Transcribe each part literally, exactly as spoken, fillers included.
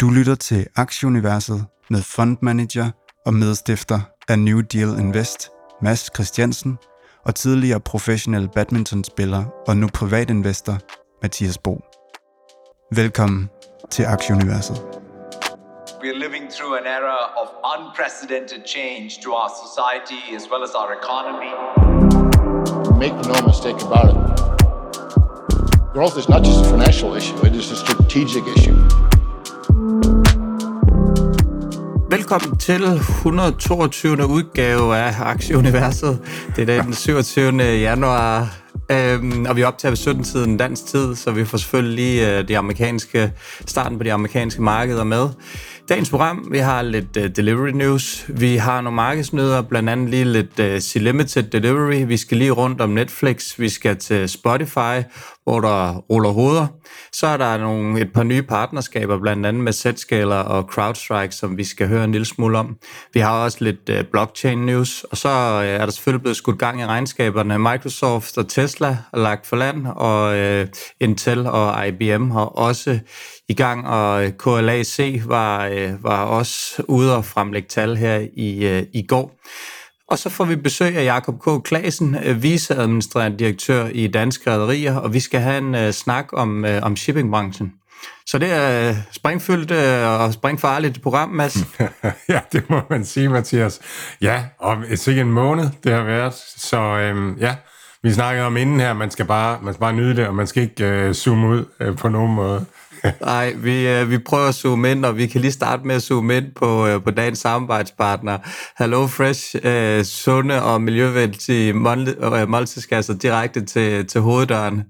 Du lytter til Aktieuniverset med fondmanager og medstifter af New Deal Invest, Mads Christiansen, og tidligere professionel badmintonspiller og nu privatinvestor, Mathias Bo. Velkommen til Aktieuniverset. We are living through an era of unprecedented change to our society as well as our economy. Make no mistake about it. Growth is not just a financial issue, it is a strategic issue. Velkommen til et hundrede og toogtyvende udgave af Aktieuniverset. Det er den syvogtyvende januar, øhm, og vi optager ved sytten-tiden dansk tid, så vi får selvfølgelig lige øh, de amerikanske, starten på de amerikanske markeder med. Dagens program, vi har lidt uh, delivery news, vi har nogle markedsnyheder, blandt andet lige lidt uh, C-Limited delivery, vi skal lige rundt om Netflix, vi skal til Spotify, hvor der ruller hoveder. Så er der nogle, et par nye partnerskaber, blandt andet med Zscaler og CrowdStrike, som vi skal høre en lille smule om. Vi har også lidt uh, blockchain news, og så uh, er der selvfølgelig blevet skudt gang i regnskaberne. Microsoft og Tesla er lagt for land, og uh, Intel og I B M har også i gang, og K L A C var, øh, var også ude og fremlægge tal her i, øh, i går. Og så får vi besøg af Jacob K. Claessen, øh, viceadministrerende direktør i Danske Rederier, og vi skal have en øh, snak om, øh, om shippingbranchen. Så det er øh, springfyldt øh, og springfarligt program, Mads. Ja, det må man sige, Mathias. Ja, og sikkert en måned, det har været. Så øh, ja, vi snakkede om inden her, man skal bare, man skal bare nyde det, og man skal ikke øh, zoome ud øh, på nogen måde. Nej, vi, øh, vi prøver at zoome ind, og vi kan lige starte med at zoome ind på, øh, på dagens samarbejdspartner. Hello Fresh, øh, sunde og miljøvenlige måltidskasser direkte til, til hoveddøren.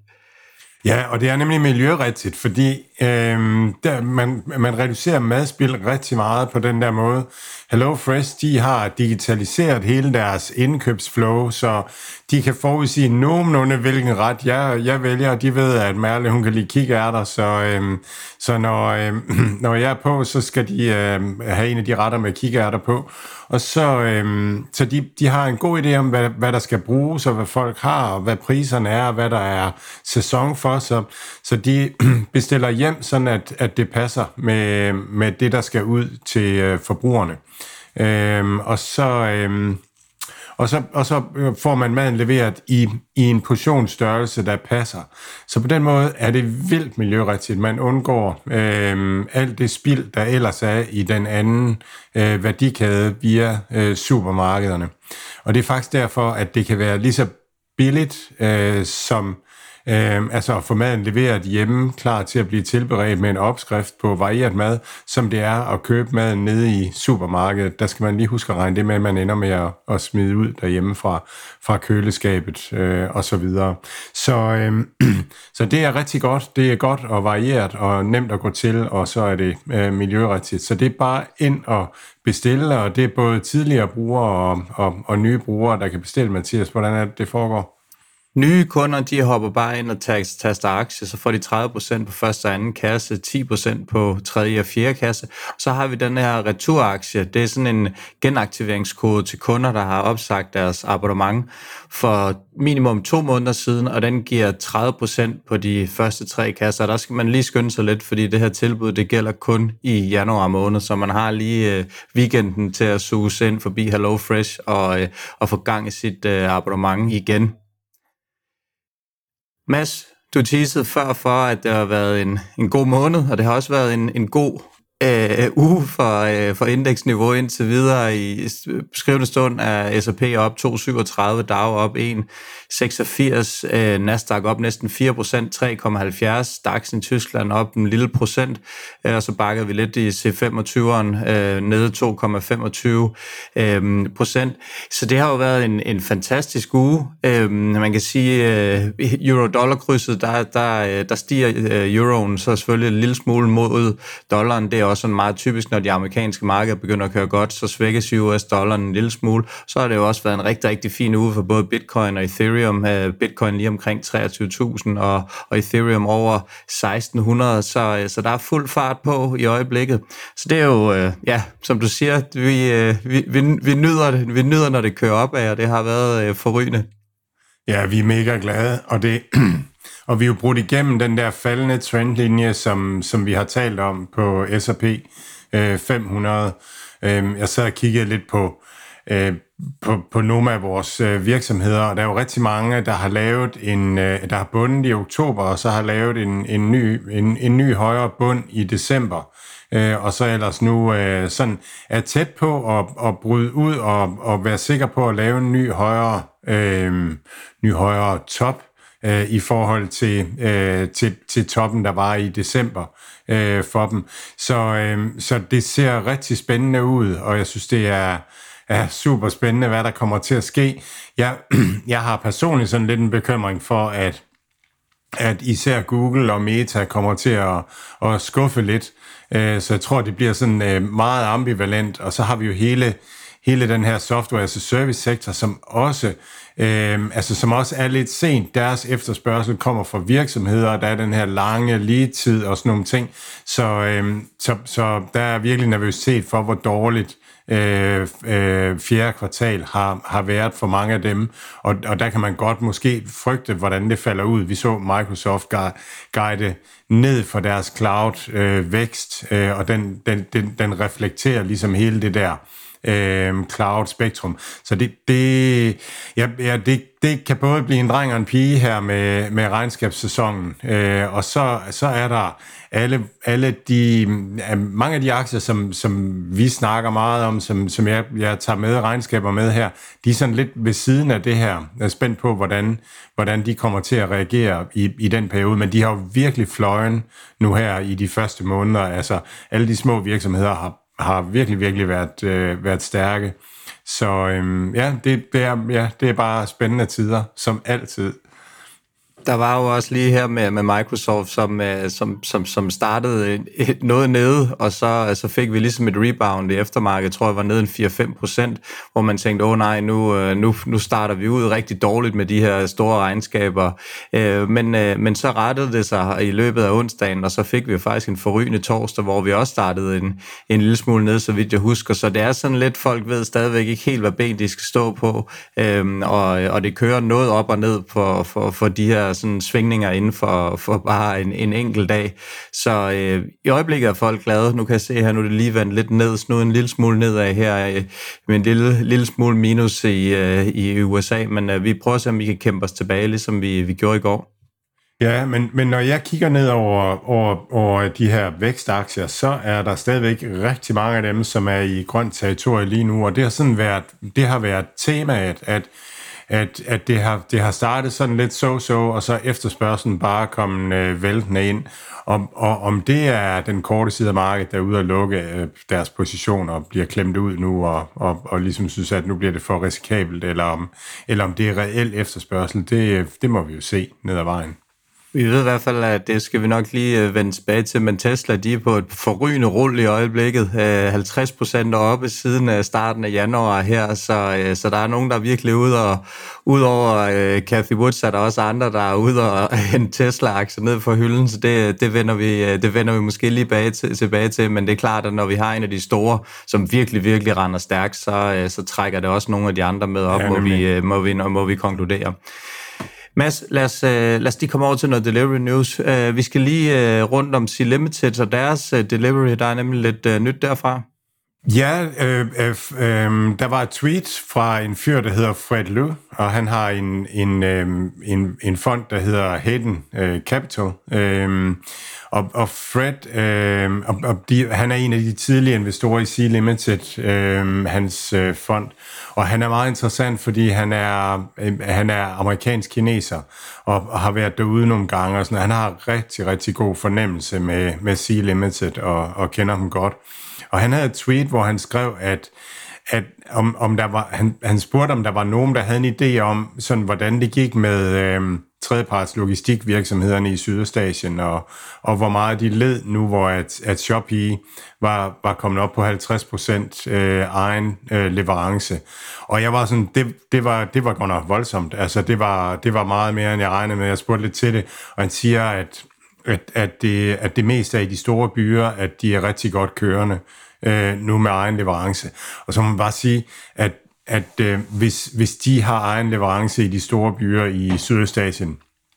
Ja, og det er nemlig miljørigtigt, fordi øh, der, man, man reducerer madspild rigtig meget på den der måde. Hello Fresh, de har digitaliseret hele deres indkøbsflow, så de kan forudsige nogenlunde, hvilken ret jeg, jeg vælger. De ved, at Merle, hun kan lide kikærter, så, øh, så når, øh, når jeg er på, så skal de øh, have en af de retter med kikærter på. Og så, øh, så de, de har en god idé om, hvad, hvad der skal bruges, og hvad folk har, og hvad priserne er, og hvad der er sæson for. Så, så de bestiller hjem, sådan at, at det passer med, med det, der skal ud til øh, forbrugerne. Øhm, og, så, øhm, og, så, og så får man maden leveret i, i en portionsstørrelse, der passer. Så på den måde er det vildt miljørigtigt. Man undgår øhm, alt det spild, der ellers er i den anden øh, værdikæde via øh, supermarkederne. Og det er faktisk derfor, at det kan være lige så billigt øh, som Øh, altså at få maden leveret hjemme, klar til at blive tilberedt med en opskrift på varieret mad, som det er at købe maden nede i supermarkedet. Der skal man lige huske at regne det med, at man ender med at, at smide ud derhjemme fra, fra køleskabet øh, og så videre. Så, øh, så det er rigtig godt. Det er godt og varieret og nemt at gå til, og så er det øh, miljørigtigt. Så det er bare ind og bestille, og det er både tidligere brugere og, og, og nye brugere, der kan bestille. Mathias, hvordan er det, det foregår? Nye kunder, de hopper bare ind og taster aktier, så får de tredive procent på første og anden kasse, ti procent på tredje og fjerde kasse. Så har vi den her returaktie. Det er sådan en genaktiveringskode til kunder, der har opsagt deres abonnement for minimum to måneder siden, og den giver tredive procent på de første tre kasser. Der skal man lige skynde sig lidt, fordi det her tilbud, det gælder kun i januar måned, så man har lige weekenden til at suge ind forbi Hello Fresh og, og få gang i sit abonnement igen. Mads, du teasede før for, at det har været en, en god måned, og det har også været en, en god øh, uge for, øh, for indeksniveau indtil videre. I skrivende stund er S og P op to komma syvogtredive, Dow op en komma seksogfirs, øh, Nasdaq op næsten fire procent, tre komma halvfjerds, DAX i Tyskland op en lille procent, øh, og så bakkede vi lidt i C femogtyveren øh, nede to komma femogtyve øh, procent. Så det har jo været en, en fantastisk uge. Øh, man kan sige, øh, euro-dollar-krydset, der, der, der stiger øh, euroen så selvfølgelig en lille smule mod dollaren. Det er også sådan meget typisk, når de amerikanske markeder begynder at køre godt, så svækkes U S-dollaren en lille smule. Så har det jo også været en rigtig, rigtig fin uge for både Bitcoin og Ethereum. Bitcoin lige omkring treogtyve tusind og, og Ethereum over seksten hundrede, så, så der er fuld fart på i øjeblikket. Så det er jo, ja, som du siger, vi, vi, vi, vi, nyder, det, vi nyder, når det kører opad, og det har været forrygende. Ja, vi er mega glade, og det, og vi er jo brudt igennem den der faldende trendlinje, som, som vi har talt om på S og P øh, fem hundrede. Øh, jeg sad og kiggede lidt på, øh, på, på nogle af vores øh, virksomheder, og der er jo rigtig mange, der har lavet en, øh, der har bundet i oktober, og så har lavet en, en, ny, en, en ny højere bund i december. Øh, og så ellers nu øh, sådan er tæt på at, at bryde ud og, og være sikker på at lave en ny højere, øh, ny højere top øh, i forhold til, øh, til, til toppen, der var i december øh, for dem. Så, øh, så det ser rigtig spændende ud, og jeg synes, det er, er super spændende, hvad der kommer til at ske. Jeg, jeg har personligt sådan lidt en bekymring for, at at især Google og Meta kommer til at, at skuffe lidt. Så jeg tror, det bliver sådan meget ambivalent, og så har vi jo hele, hele den her software as a service sektor, som også, øh, altså, som også er lidt sent. Deres efterspørgsel kommer fra virksomheder, og der er den her lange lead-tid og sådan nogle ting. Så, øh, så, så der er virkelig nervøsitet for, hvor dårligt Øh, øh, fjerde kvartal har, har været for mange af dem, og, og der kan man godt måske frygte, hvordan det falder ud. Vi så Microsoft guide ned for deres cloud-vækst, øh, øh, og den, den, den, den reflekterer ligesom hele det der øh, cloud-spektrum. Så det, det, ja, ja, det, det kan både blive en dreng og en pige her med, med regnskabssæsonen, øh, og så, så er der alle, alle de, mange af de aktier, som, som vi snakker meget om, som, som jeg, jeg tager med regnskaber med her, de er sådan lidt ved siden af det her. Jeg er spændt på, hvordan, hvordan de kommer til at reagere i, i den periode, men de har jo virkelig fløjen nu her i de første måneder. Altså, alle de små virksomheder har, har virkelig, virkelig været, øh, været stærke. Så øhm, ja, det, det er, ja, det er bare spændende tider, som altid. Der var jo også lige her med, med Microsoft, som, som, som, som startede noget nede, og så, så fik vi ligesom et rebound i eftermarkedet, tror jeg var nede en fire til fem procent, hvor man tænkte, åh oh, nej, nu, nu, nu starter vi ud rigtig dårligt med de her store regnskaber. Men, men så rettede det sig i løbet af onsdagen, og så fik vi faktisk en forrygende torsdag, hvor vi også startede en, en lille smule ned, så vidt jeg husker. Så det er sådan lidt, folk ved stadigvæk ikke helt, hvad ben de skal stå på, og, og det kører noget op og ned for, for, for de her sådan svingninger inden for, for bare en, en enkelt dag. Så øh, i øjeblikket er folk glade. Nu kan jeg se her, nu er det lige vendt lidt ned, snudet en lille smule nedad her, øh, med en lille, lille smule minus i, øh, i U S A, men øh, vi prøver at se, om vi kan kæmpe os tilbage, ligesom vi, vi gjorde i går. Ja, men, men når jeg kigger ned over, over, over de her vækstaktier, så er der stadigvæk rigtig mange af dem, som er i grønt territorie lige nu, og det har sådan været, det har været temaet, at at, at det, har, det har startet sådan lidt so-so, og så efterspørgselen bare kommet øh, væltende ind. Om, og om det er den korte side af markedet, der er ude at lukke øh, deres position og bliver klemt ud nu, og, og, og ligesom synes, at nu bliver det for risikabelt, eller om, eller om det er reel efterspørgsel, det, det må vi jo se ned ad vejen. Vi ved i hvert fald, at det skal vi nok lige vende tilbage til, men Tesla, de er på et forrygende rull i øjeblikket. halvtreds procent oppe siden starten af januar her, så, så der er nogen, der er virkelig ude, og udover uh, Cathie Wood, er der også andre, der er ude og en Tesla-aktie ned for hylden, så det, det, vender vi, det vender vi måske lige bage til, tilbage til, men det er klart, at når vi har en af de store, som virkelig, virkelig render stærkt, så, så trækker det også nogle af de andre med op, ja, må, vi, må, vi, må vi konkludere. Mads, lad os, lad os lige komme over til noget delivery news. Vi skal lige rundt om Sea Limited og deres delivery. Der er nemlig lidt nyt derfra. Ja, øh, øh, øh, der var et tweet fra en fyr, der hedder Fred Lu, og han har en, en, øh, en, en fond, der hedder Hayden øh, Capital. Øh, og, og Fred, øh, og, og de, han er en af de tidlige investorer i Sea Limited, øh, hans øh, fond. Og han er meget interessant, fordi han er, øh, han er amerikansk-kineser, og, og har været derude nogle gange. Og sådan. Han har rigtig, rigtig god fornemmelse med, med Sea Limited, og, og kender dem godt. Og han havde et tweet, hvor han skrev, at, at om, om der var, han, han spurgte, om der var nogen, der havde en idé om, sådan, hvordan det gik med øh, tredjeparts logistikvirksomhederne i Sydøstasien, og, og hvor meget de led nu, hvor at, at Shopee var, var kommet op på halvtreds procent øh, egen øh, leverance. Og jeg var sådan, det, det, var, det var godt nok voldsomt. Altså, det var, det var meget mere, end jeg regnede med. Jeg spurgte lidt til det, og han siger, at At, at, det, at det meste af de store byer, at de er rigtig godt kørende øh, nu med egen leverance. Og så må man bare sige, at, at øh, hvis, hvis de har egen leverance i de store byer i Sydøstasien,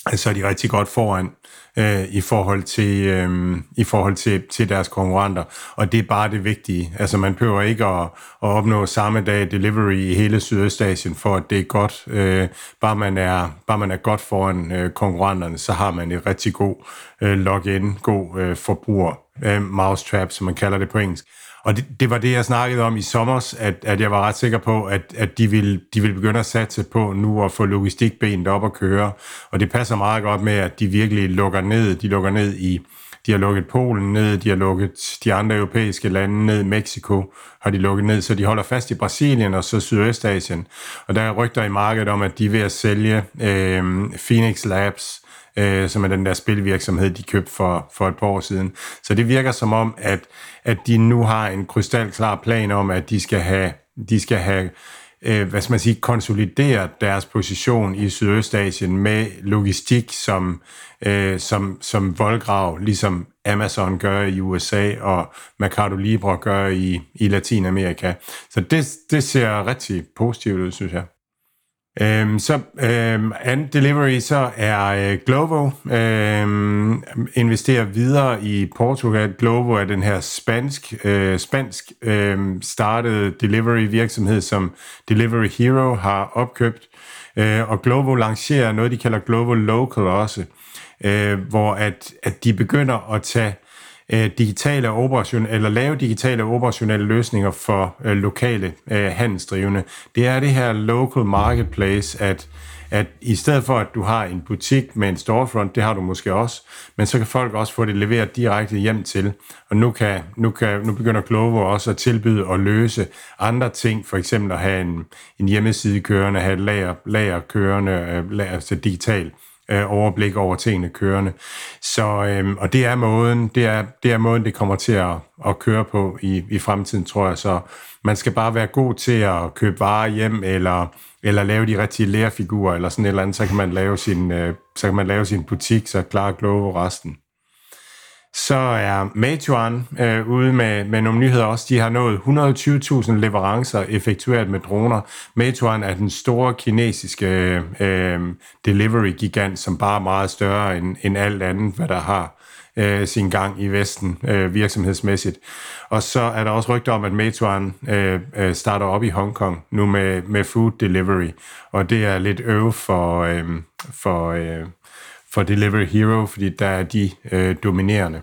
så er de rigtig godt foran øh, i forhold til øh, i forhold til, til deres konkurrenter, og det er bare det vigtige. Altså man behøver ikke at, at opnå samme dag delivery i hele Sydøstasien for at det er godt. Øh, bare man er bare man er godt foran øh, konkurrenterne, så har man et rigtig god øh, login, god øh, forbruger øh, mousetrap, som man kalder det på engelsk. Og det, det var det, jeg snakkede om i sommer, at, at jeg var ret sikker på, at, at de, ville, de ville begynde at satse på nu at få logistikbenet op at køre. Og det passer meget godt med, at de virkelig lukker ned. De lukker ned i, de har lukket Polen ned, de har lukket de andre europæiske lande ned, Mexico har de lukket ned, så de holder fast i Brasilien og så Sydøstasien. Og der er rygter i markedet om, at de er ved at sælge øh, Phoenix Labs, øh, som er den der spilvirksomhed, de købte for, for et par år siden. Så det virker som om, at, at de nu har en krystalklar plan om, at de skal have, de skal have øh, hvad skal man sige, konsolideret deres position i Sydøstasien med logistik som, øh, som, som voldgrav, ligesom Amazon gør i U S A og Mercado Libre gør i, i Latinamerika. Så det, det ser rigtig positivt ud, synes jeg. Øhm, så øhm, anden delivery, så er øh, Glovo øhm, investerer videre i Portugal. Glovo er den her spansk, øh, spansk øh, startede delivery virksomhed, som Delivery Hero har opkøbt. Øh, og Glovo lancerer noget, de kalder Glovo Local også, øh, hvor at, at de begynder at tage øh, digitale operation eller lave digitale operationelle løsninger for øh, lokale øh, handelsdrivende. Det er det her local marketplace, at at i stedet for, at du har en butik med en storefront, det har du måske også, men så kan folk også få det leveret direkte hjem til. Og nu, kan, nu, kan, nu begynder Glovo også at tilbyde at løse andre ting, for eksempel at have en, en hjemmeside kørende, have et lager, lager kørende, lager, altså digital øh, overblik over tingene kørende. Så, øh, og det er måden, det er, det er måden, det kommer til at, at køre på i, i fremtiden, tror jeg. Så man skal bare være god til at købe varer hjem, eller eller lave de rigtige lærfigurer, eller sådan et eller andet, så kan man lave sin, øh, så kan man lave sin butik, så klarer Glovo resten. Så er Meituan øh, ude med, med nogle nyheder også. De har nået et hundrede og tyve tusind leverancer effektueret med droner. Meituan er den store kinesiske øh, delivery-gigant, som bare er meget større end, end alt andet, hvad der har øh, sin gang i Vesten øh, virksomhedsmæssigt. Og så er der også rygter om, at Meituan øh, øh, starter op i Hongkong nu med, med food delivery, og det er lidt øv for, øh, for, øh, for Delivery Hero, fordi der er de øh, dominerende.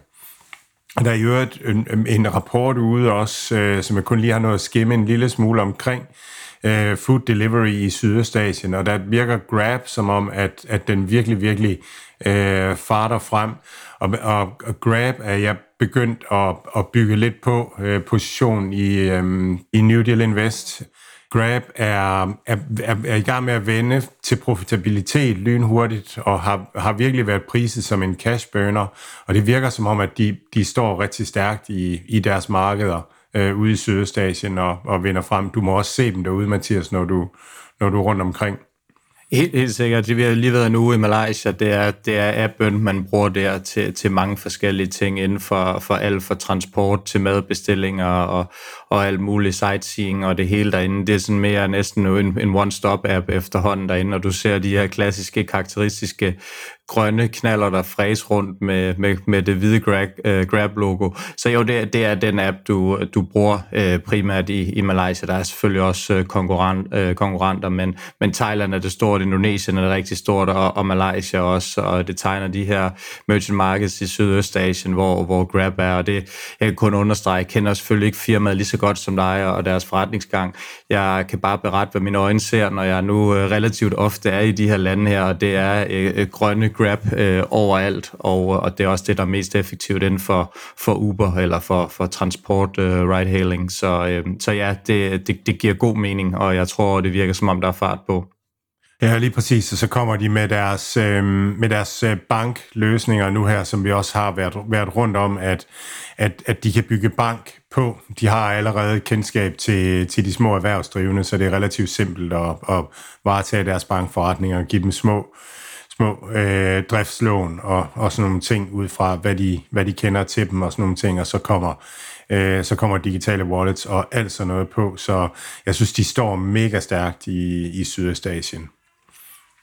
Og der er jo en, en rapport ude også, øh, som jeg kun lige har nået at skimme en lille smule omkring, øh, food delivery i Sydøstasien, og der virker Grab som om, at, at den virkelig, virkelig øh, farter frem. Og, og, og Grab er jeg begyndt at, at bygge lidt på øh, position i, øh, i New Deal Invest. Grab er, er, er, er i gang med at vende til profitabilitet lynhurtigt, og har, har virkelig været priset som en cash burner, og det virker som om, at de, de står rigtig stærkt i, i deres markeder øh, ude i Sydøstasien og, og vinder frem. Du må også se dem derude, Mathias, når du, når du er rundt omkring. Helt, helt sikkert. Vi har lige været en uge i Malaysia. Det er, det er appen, man bruger der til, til mange forskellige ting inden for, for alt fra transport til madbestillinger og, og alt muligt sightseeing og det hele derinde. Det er sådan mere næsten en, en one-stop-app efterhånden derinde, og du ser de her klassiske, karakteristiske grønne knaller, der fræs rundt med, med, med det hvide Grab, uh, Grab-logo. Så jo, det, det er den app, du, du bruger uh, primært i, i Malaysia. Der er selvfølgelig også uh, konkurrent, uh, konkurrenter, men, men Thailand er det stort, Indonesien er det rigtig stort, og, og Malaysia også, og det tegner de her merchant markets i Sydøstasien, hvor, hvor Grab er, og det jeg kan kun understrege. Jeg kender selvfølgelig ikke firmaet lige så godt som dig og deres forretningsgang. Jeg kan bare berette, hvad mine øjne ser, når jeg nu uh, relativt ofte er i de her lande her, og det er uh, grønne Grab øh, overalt, og, og det er også det, der er mest effektivt inden for, for Uber eller for, for transport øh, ride-hailing. Så, øh, så ja, det, det, det giver god mening, og jeg tror, det virker som om, der er fart på. Ja, lige præcis, og så kommer de med deres, øh, med deres bankløsninger nu her, som vi også har været, været rundt om, at, at, at de kan bygge bank på. De har allerede kendskab til, til de små erhvervsdrivende, så det er relativt simpelt at, at varetage deres bankforretninger og give dem små små øh, driftslån og, og sådan nogle ting ud fra, hvad de, hvad de kender til dem og sådan nogle ting, og så kommer, øh, så kommer digitale wallets og alt sådan noget på. Så jeg synes, de står mega stærkt i, i Sydøstasien.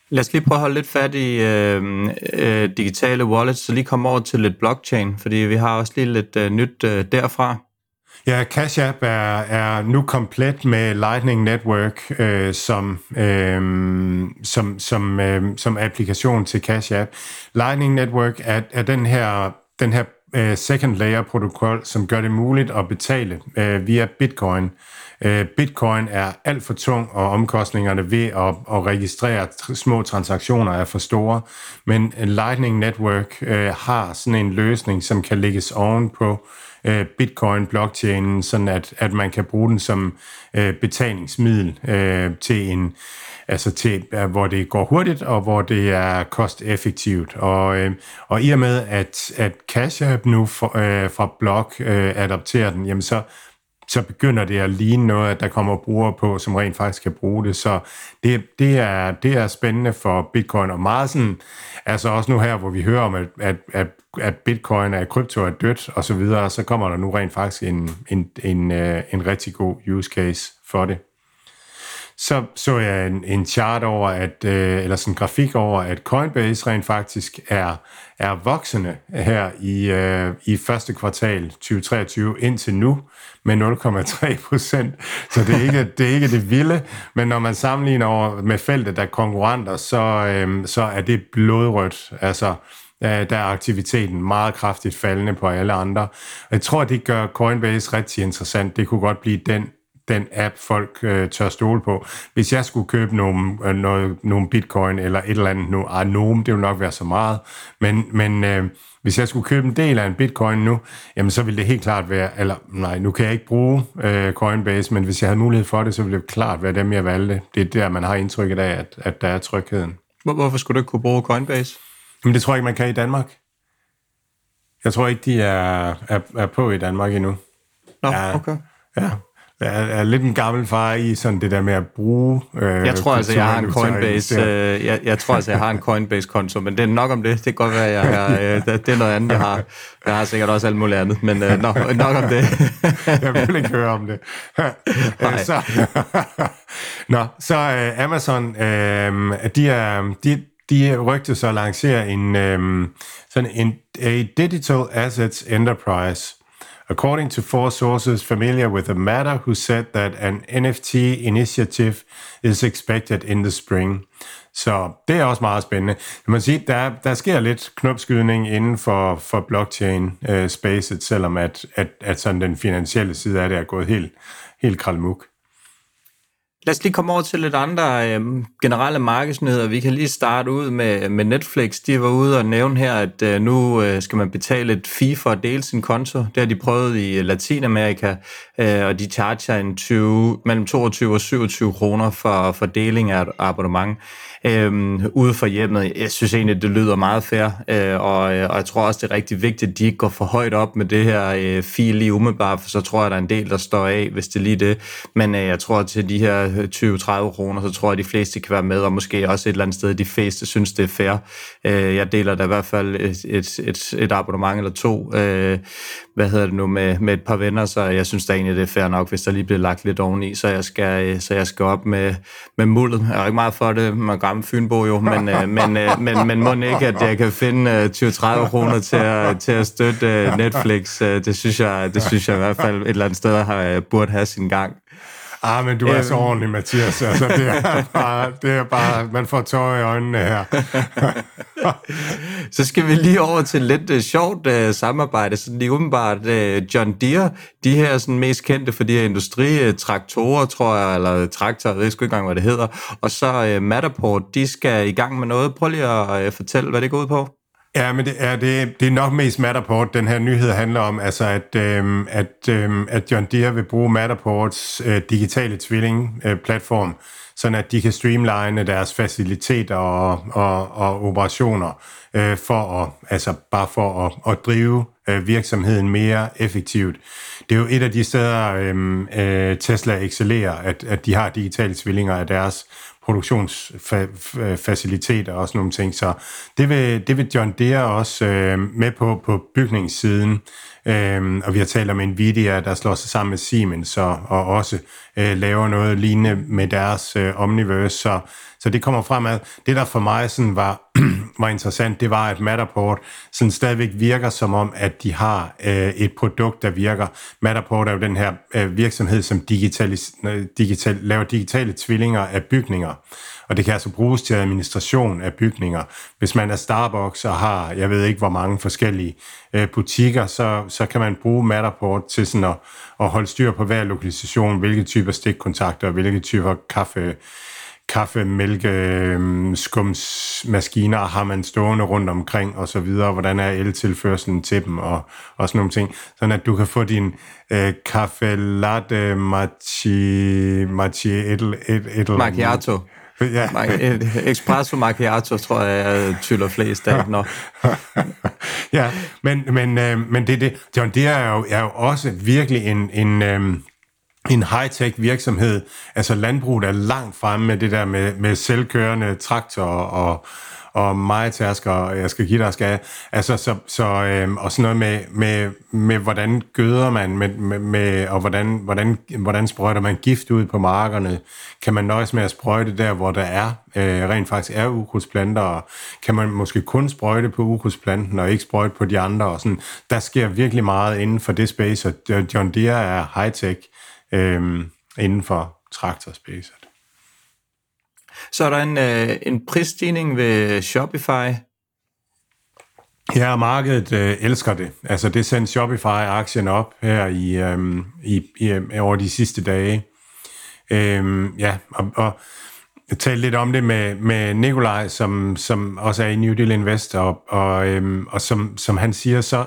Lad os lige prøve at holde lidt fat i øh, øh, digitale wallets, så lige komme over til lidt blockchain, fordi vi har også lige lidt øh, nyt øh, derfra. Ja, Cash App er, er nu komplet med Lightning Network øh, som, øh, som, som, øh, som applikation til Cash App. Lightning Network er, er den her, den her øh, second layer protokol, som gør det muligt at betale øh, via Bitcoin. Øh, Bitcoin er alt for tung, og omkostningerne ved at, at registrere tr- små transaktioner er for store. Men Lightning Network øh, har sådan en løsning, som kan lægges oven på Bitcoin-blockchainen, sådan at, at man kan bruge den som øh, betalingsmiddel øh, til en, altså til, øh, hvor det går hurtigt, og hvor det er kosteffektivt. Og, øh, og i og med, at, at Cash App nu for, øh, fra Block øh, adopterer den, jamen så, så begynder det at ligne noget, at der kommer brugere på, som rent faktisk kan bruge det. Så det, det, er, det er spændende for Bitcoin, og meget sådan, altså også nu her, hvor vi hører om, at, at, at, at Bitcoin er krypto er dødt, og så videre, så kommer der nu rent faktisk en, en, en, en rigtig god use case for det. Så så jeg en, en chart over, at, øh, eller sådan en grafik over, at Coinbase rent faktisk er, er voksende her i, øh, i første kvartal tyve treogtyve indtil nu med nul komma tre procent. Så det er, ikke, det er ikke det vilde, men når man sammenligner over med feltet af konkurrenter, så, øh, så er det blodrødt. Altså, der er aktiviteten meget kraftigt faldende på alle andre. Jeg tror, det gør Coinbase rigtig interessant. Det kunne godt blive den den app, folk øh, tør stole på. Hvis jeg skulle købe nogle, øh, noget, nogle bitcoin eller et eller andet nu, ah, nogen, det vil nok være så meget, men, men øh, hvis jeg skulle købe en del af en bitcoin nu, jamen så ville det helt klart være, eller nej, nu kan jeg ikke bruge øh, Coinbase, men hvis jeg havde mulighed for det, så ville det klart være dem, jeg valgte. Det er der, man har indtrykket af, at, at der er trygheden. Hvorfor skulle du ikke kunne bruge Coinbase? Jamen det tror jeg ikke, man kan i Danmark. Jeg tror ikke, de er, er, er på i Danmark endnu. Nå, ja, okay. Ja. Jeg er lidt en gammel far i sådan det der med at bruge. Øh, jeg tror altså, jeg har en Coinbase. Øh, jeg, jeg tror altså, jeg har en Coinbase-konto, men det er nok om det. Det kan godt være, jeg har, øh, det er noget andet, jeg har. Jeg har sikkert også alt muligt andet, men øh, nok, nok om det. Jeg vil ikke høre om det. så Nå, så øh, Amazon, øh, de er de de rygte så at lancere en øh, sådan en a digital assets enterprise. According to four sources familiar with the matter, who said that an N F T initiative is expected in the spring. Så det er også meget spændende. Man siger, der, der sker lidt knopskydning inden for, for blockchain-spacet, uh, selvom at, at, at sådan den finansielle side af det er gået helt, helt kralmuk. Lad os lige komme over til lidt andre øh, generelle markedsnyheder. Vi kan lige starte ud med, med Netflix. De var ude og nævne her, at øh, nu øh, skal man betale et fee for at dele sin konto. Det har de prøvet i Latinamerika, øh, og de charger en tyve, mellem toogtyve og syvogtyve kroner for, for deling af abonnement øh, ude for hjemmet. Jeg synes egentlig, det lyder meget fair, øh, og, og jeg tror også, det er rigtig vigtigt, at de ikke går for højt op med det her øh, fee lige umiddelbart, for så tror jeg, der er en del, der står af, hvis det er lige det. Men øh, jeg tror, til de her tyve til tredive kroner, så tror jeg, at de fleste kan være med, og måske også et eller andet sted, de fleste synes, det er fair. Jeg deler da i hvert fald et, et, et, et abonnement eller to, hvad hedder det nu, med, med et par venner, så jeg synes da egentlig, det er fair nok, hvis der lige bliver lagt lidt oveni, så jeg skal, så jeg skal op med, med muldet. Jeg er ikke meget for det, med gammel Fynbo jo, men, men, men, men må ikke, at jeg kan finde tyve til tredive kroner til at, til at støtte Netflix. Det synes jeg, det synes jeg i hvert fald et eller andet sted har, burde have sin gang. Ah, men du er så ordentlig, Mathias. Altså, det er bare, det er bare, man får tårer i øjnene her. Så skal vi lige over til lidt uh, sjovt uh, samarbejde. Så lige umiddelbart uh, John Deere, de her sådan mest kendte for de her industritraktorer, tror jeg, eller traktorer, jeg ved ikke engang, hvad det hedder. Og så uh, Matterport, de skal i gang med noget. Prøv lige at uh, fortælle, hvad det går ud på. Ja, men det er, det, det er nok mest Matterport, den her nyhed handler om, altså at, øhm, at, øhm, at John Deere vil bruge Matterports øh, digitale tvilling-platform, øh, sådan at de kan streamline deres faciliteter og, og, og operationer, øh, for at, altså bare for at, at drive øh, virksomheden mere effektivt. Det er jo et af de steder, øh, øh, Tesla excellerer, at, at de har digitale tvillinger af deres produktionsfaciliteter og sådan nogle ting. Så det vil, det vil John Deere også øh, med på, på bygningssiden. Øh, og vi har talt om Nvidia, der slår sig sammen med Siemens og, og også øh, laver noget lignende med deres øh, Omniverse. Så, så det kommer fremad. Det, der for mig sådan var, var interessant, det var, at Matterport sådan stadigvæk virker som om, at de har øh, et produkt, der virker. Matterport er jo den her øh, virksomhed, som digitalis- digital, laver digitale tvillinger af bygninger. Og det kan altså bruges til administration af bygninger. Hvis man er Starbucks og har, jeg ved ikke hvor mange forskellige øh, butikker, så, så kan man bruge Matterport til sådan at, at holde styr på hver lokalisation, hvilke typer stikkontakter og hvilke typer kaffe, kaffe, mælke, skumsmaskiner har man stående rundt omkring og så videre, hvordan er eltilførselen til dem og, og sådan nogle ting, sådan at du kan få din øh, kaffe latte machi, machi et, et, et, macchiato. Ja. Espresso macchiato, tror jeg, jeg tyller flest af. Nå. Ja, men, men, øh, men det, det, John Deere er jo, er jo også virkelig en, en, øh, en high-tech virksomhed. Altså landbruget er langt fremme med det der med, med selvkørende traktorer og, og mejetærsker, og jeg skal give dig skal. Altså, så, så, øh, og sådan noget med, med, med hvordan gøder man, med, med, med, og hvordan, hvordan, hvordan sprøjter man gift ud på markerne. Kan man nøjes med at sprøjte der, hvor der er, øh, rent faktisk er ukrudtsplanter, og kan man måske kun sprøjte på ukrudtsplanten, og ikke sprøjte på de andre, og sådan. Der sker virkelig meget inden for det space, og John Deere er high-tech øh, inden for traktorspacet. Så er der en, øh, en prisstigning ved Shopify. Ja, markedet øh, elsker det. Altså det sendte Shopify-aktien op her i, øh, i, i over de sidste dage. Øh, ja, og, og jeg talte lidt om det med, med Nikolaj, som, som også er i New Deal Invest, og, og, øh, og som, som han siger, så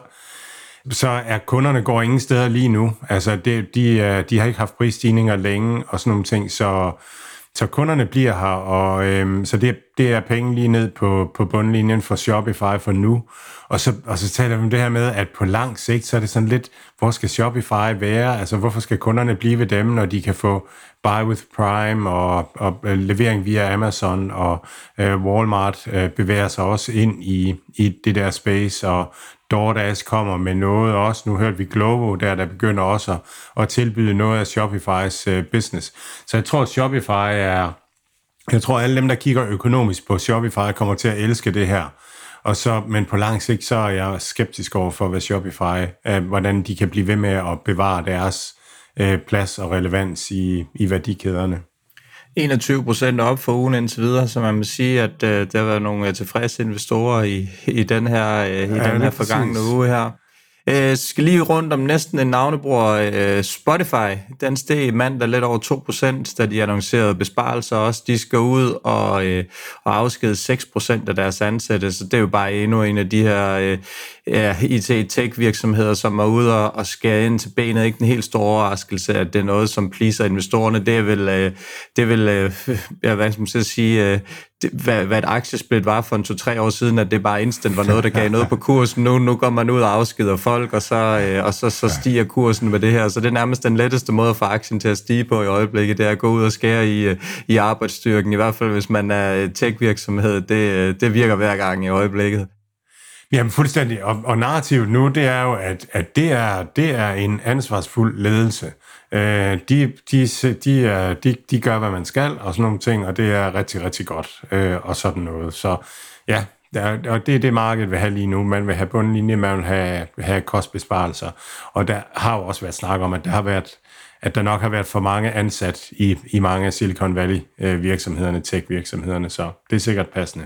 så er kunderne går ingen steder lige nu. Altså det, de, de har ikke haft prisstigninger længe og sådan nogle ting, så Så kunderne bliver her, og øhm, så det, det er penge lige ned på, på bundlinjen for Shopify for nu. Og så, og så taler vi om det her med, at på lang sigt, så er det sådan lidt, hvor skal Shopify være? Altså, hvorfor skal kunderne blive ved dem, når de kan få Buy with Prime og, og levering via Amazon, og øh, Walmart øh, bevæger sig også ind i, i det der space, og DoorDash kommer med noget også. Nu hørte vi Glovo der, der begynder også at, at tilbyde noget af Shopifys uh, business. Så jeg tror, at Shopify er... Jeg tror, at alle dem, der kigger økonomisk på Shopify, kommer til at elske det her. Og så, men på lang sigt, så er jeg skeptisk over for, hvad Shopify, uh, hvordan de kan blive ved med at bevare deres uh, plads og relevans i, i værdikæderne. enogtyve procent op for ugen indtil videre, så man må sige, at øh, der var nogle tilfredse investorer i, i den her, øh, i ja, den her forgangne uge her. Jeg skal lige rundt om næsten en navnebror, øh, Spotify. Den steg mandag lidt over to procent, da de annoncerede besparelser også. De skal ud og, øh, og afskede seks procent af deres ansatte, så det er jo bare endnu en af de her øh, ja, I T-tech-virksomheder, som er ude og, og skære ind til benet. Ikke en helt stor overraskelse, at det er noget, som pleaser investorerne. Det er vel, øh, det er vel øh, ja, hvad skal man så sige... Øh, Det, hvad, hvad et aktiesplit var for en to-tre år siden, at det bare instant var noget, der gav noget på kursen. Nu, nu går man ud og afskeder folk, og så, øh, og så, så stiger kursen med det her. Så det er nærmest den letteste måde at få aktien til at stige på i øjeblikket, det er at gå ud og skære i, i arbejdsstyrken. I hvert fald, hvis man er tech-virksomhed. Det, det virker hver gang i øjeblikket. Jamen fuldstændig. Og, og narrativet nu, det er jo, at, at det, er, det er en ansvarsfuld ledelse. Øh, de, de, de, er, de, de gør, hvad man skal, og sådan nogle ting, og det er rigtig, rigtig godt, øh, og sådan noget. Så ja, der, og det er det, markedet vil have lige nu. Man vil have bundlinje, man vil have, have kostbesparelser, og der har jo også været snak om, at der har været, at der nok har været for mange ansat i, i mange af Silicon Valley-virksomhederne, tech-virksomhederne, så det er sikkert passende.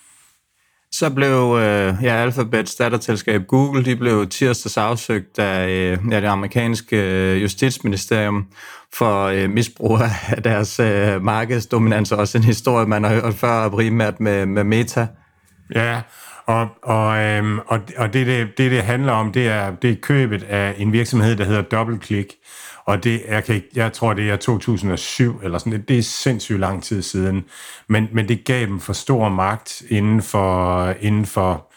Så blev øh, ja, Alphabets datterselskab Google, de blev tirsdags afsøgt af øh, ja, det amerikanske øh, justitsministerium for øh, misbrug af deres øh, markedsdominans, også en historie, man har hørt før, primært med, med Meta. Ja, og, og, øhm, og, og det, det, det, det handler om, det er, det er købet af en virksomhed, der hedder DoubleClick, og det, jeg, kan ikke, jeg tror, det er to tusind og syv, eller sådan, det, det er sindssygt lang tid siden, men, men det gav dem for stor magt inden for, inden for,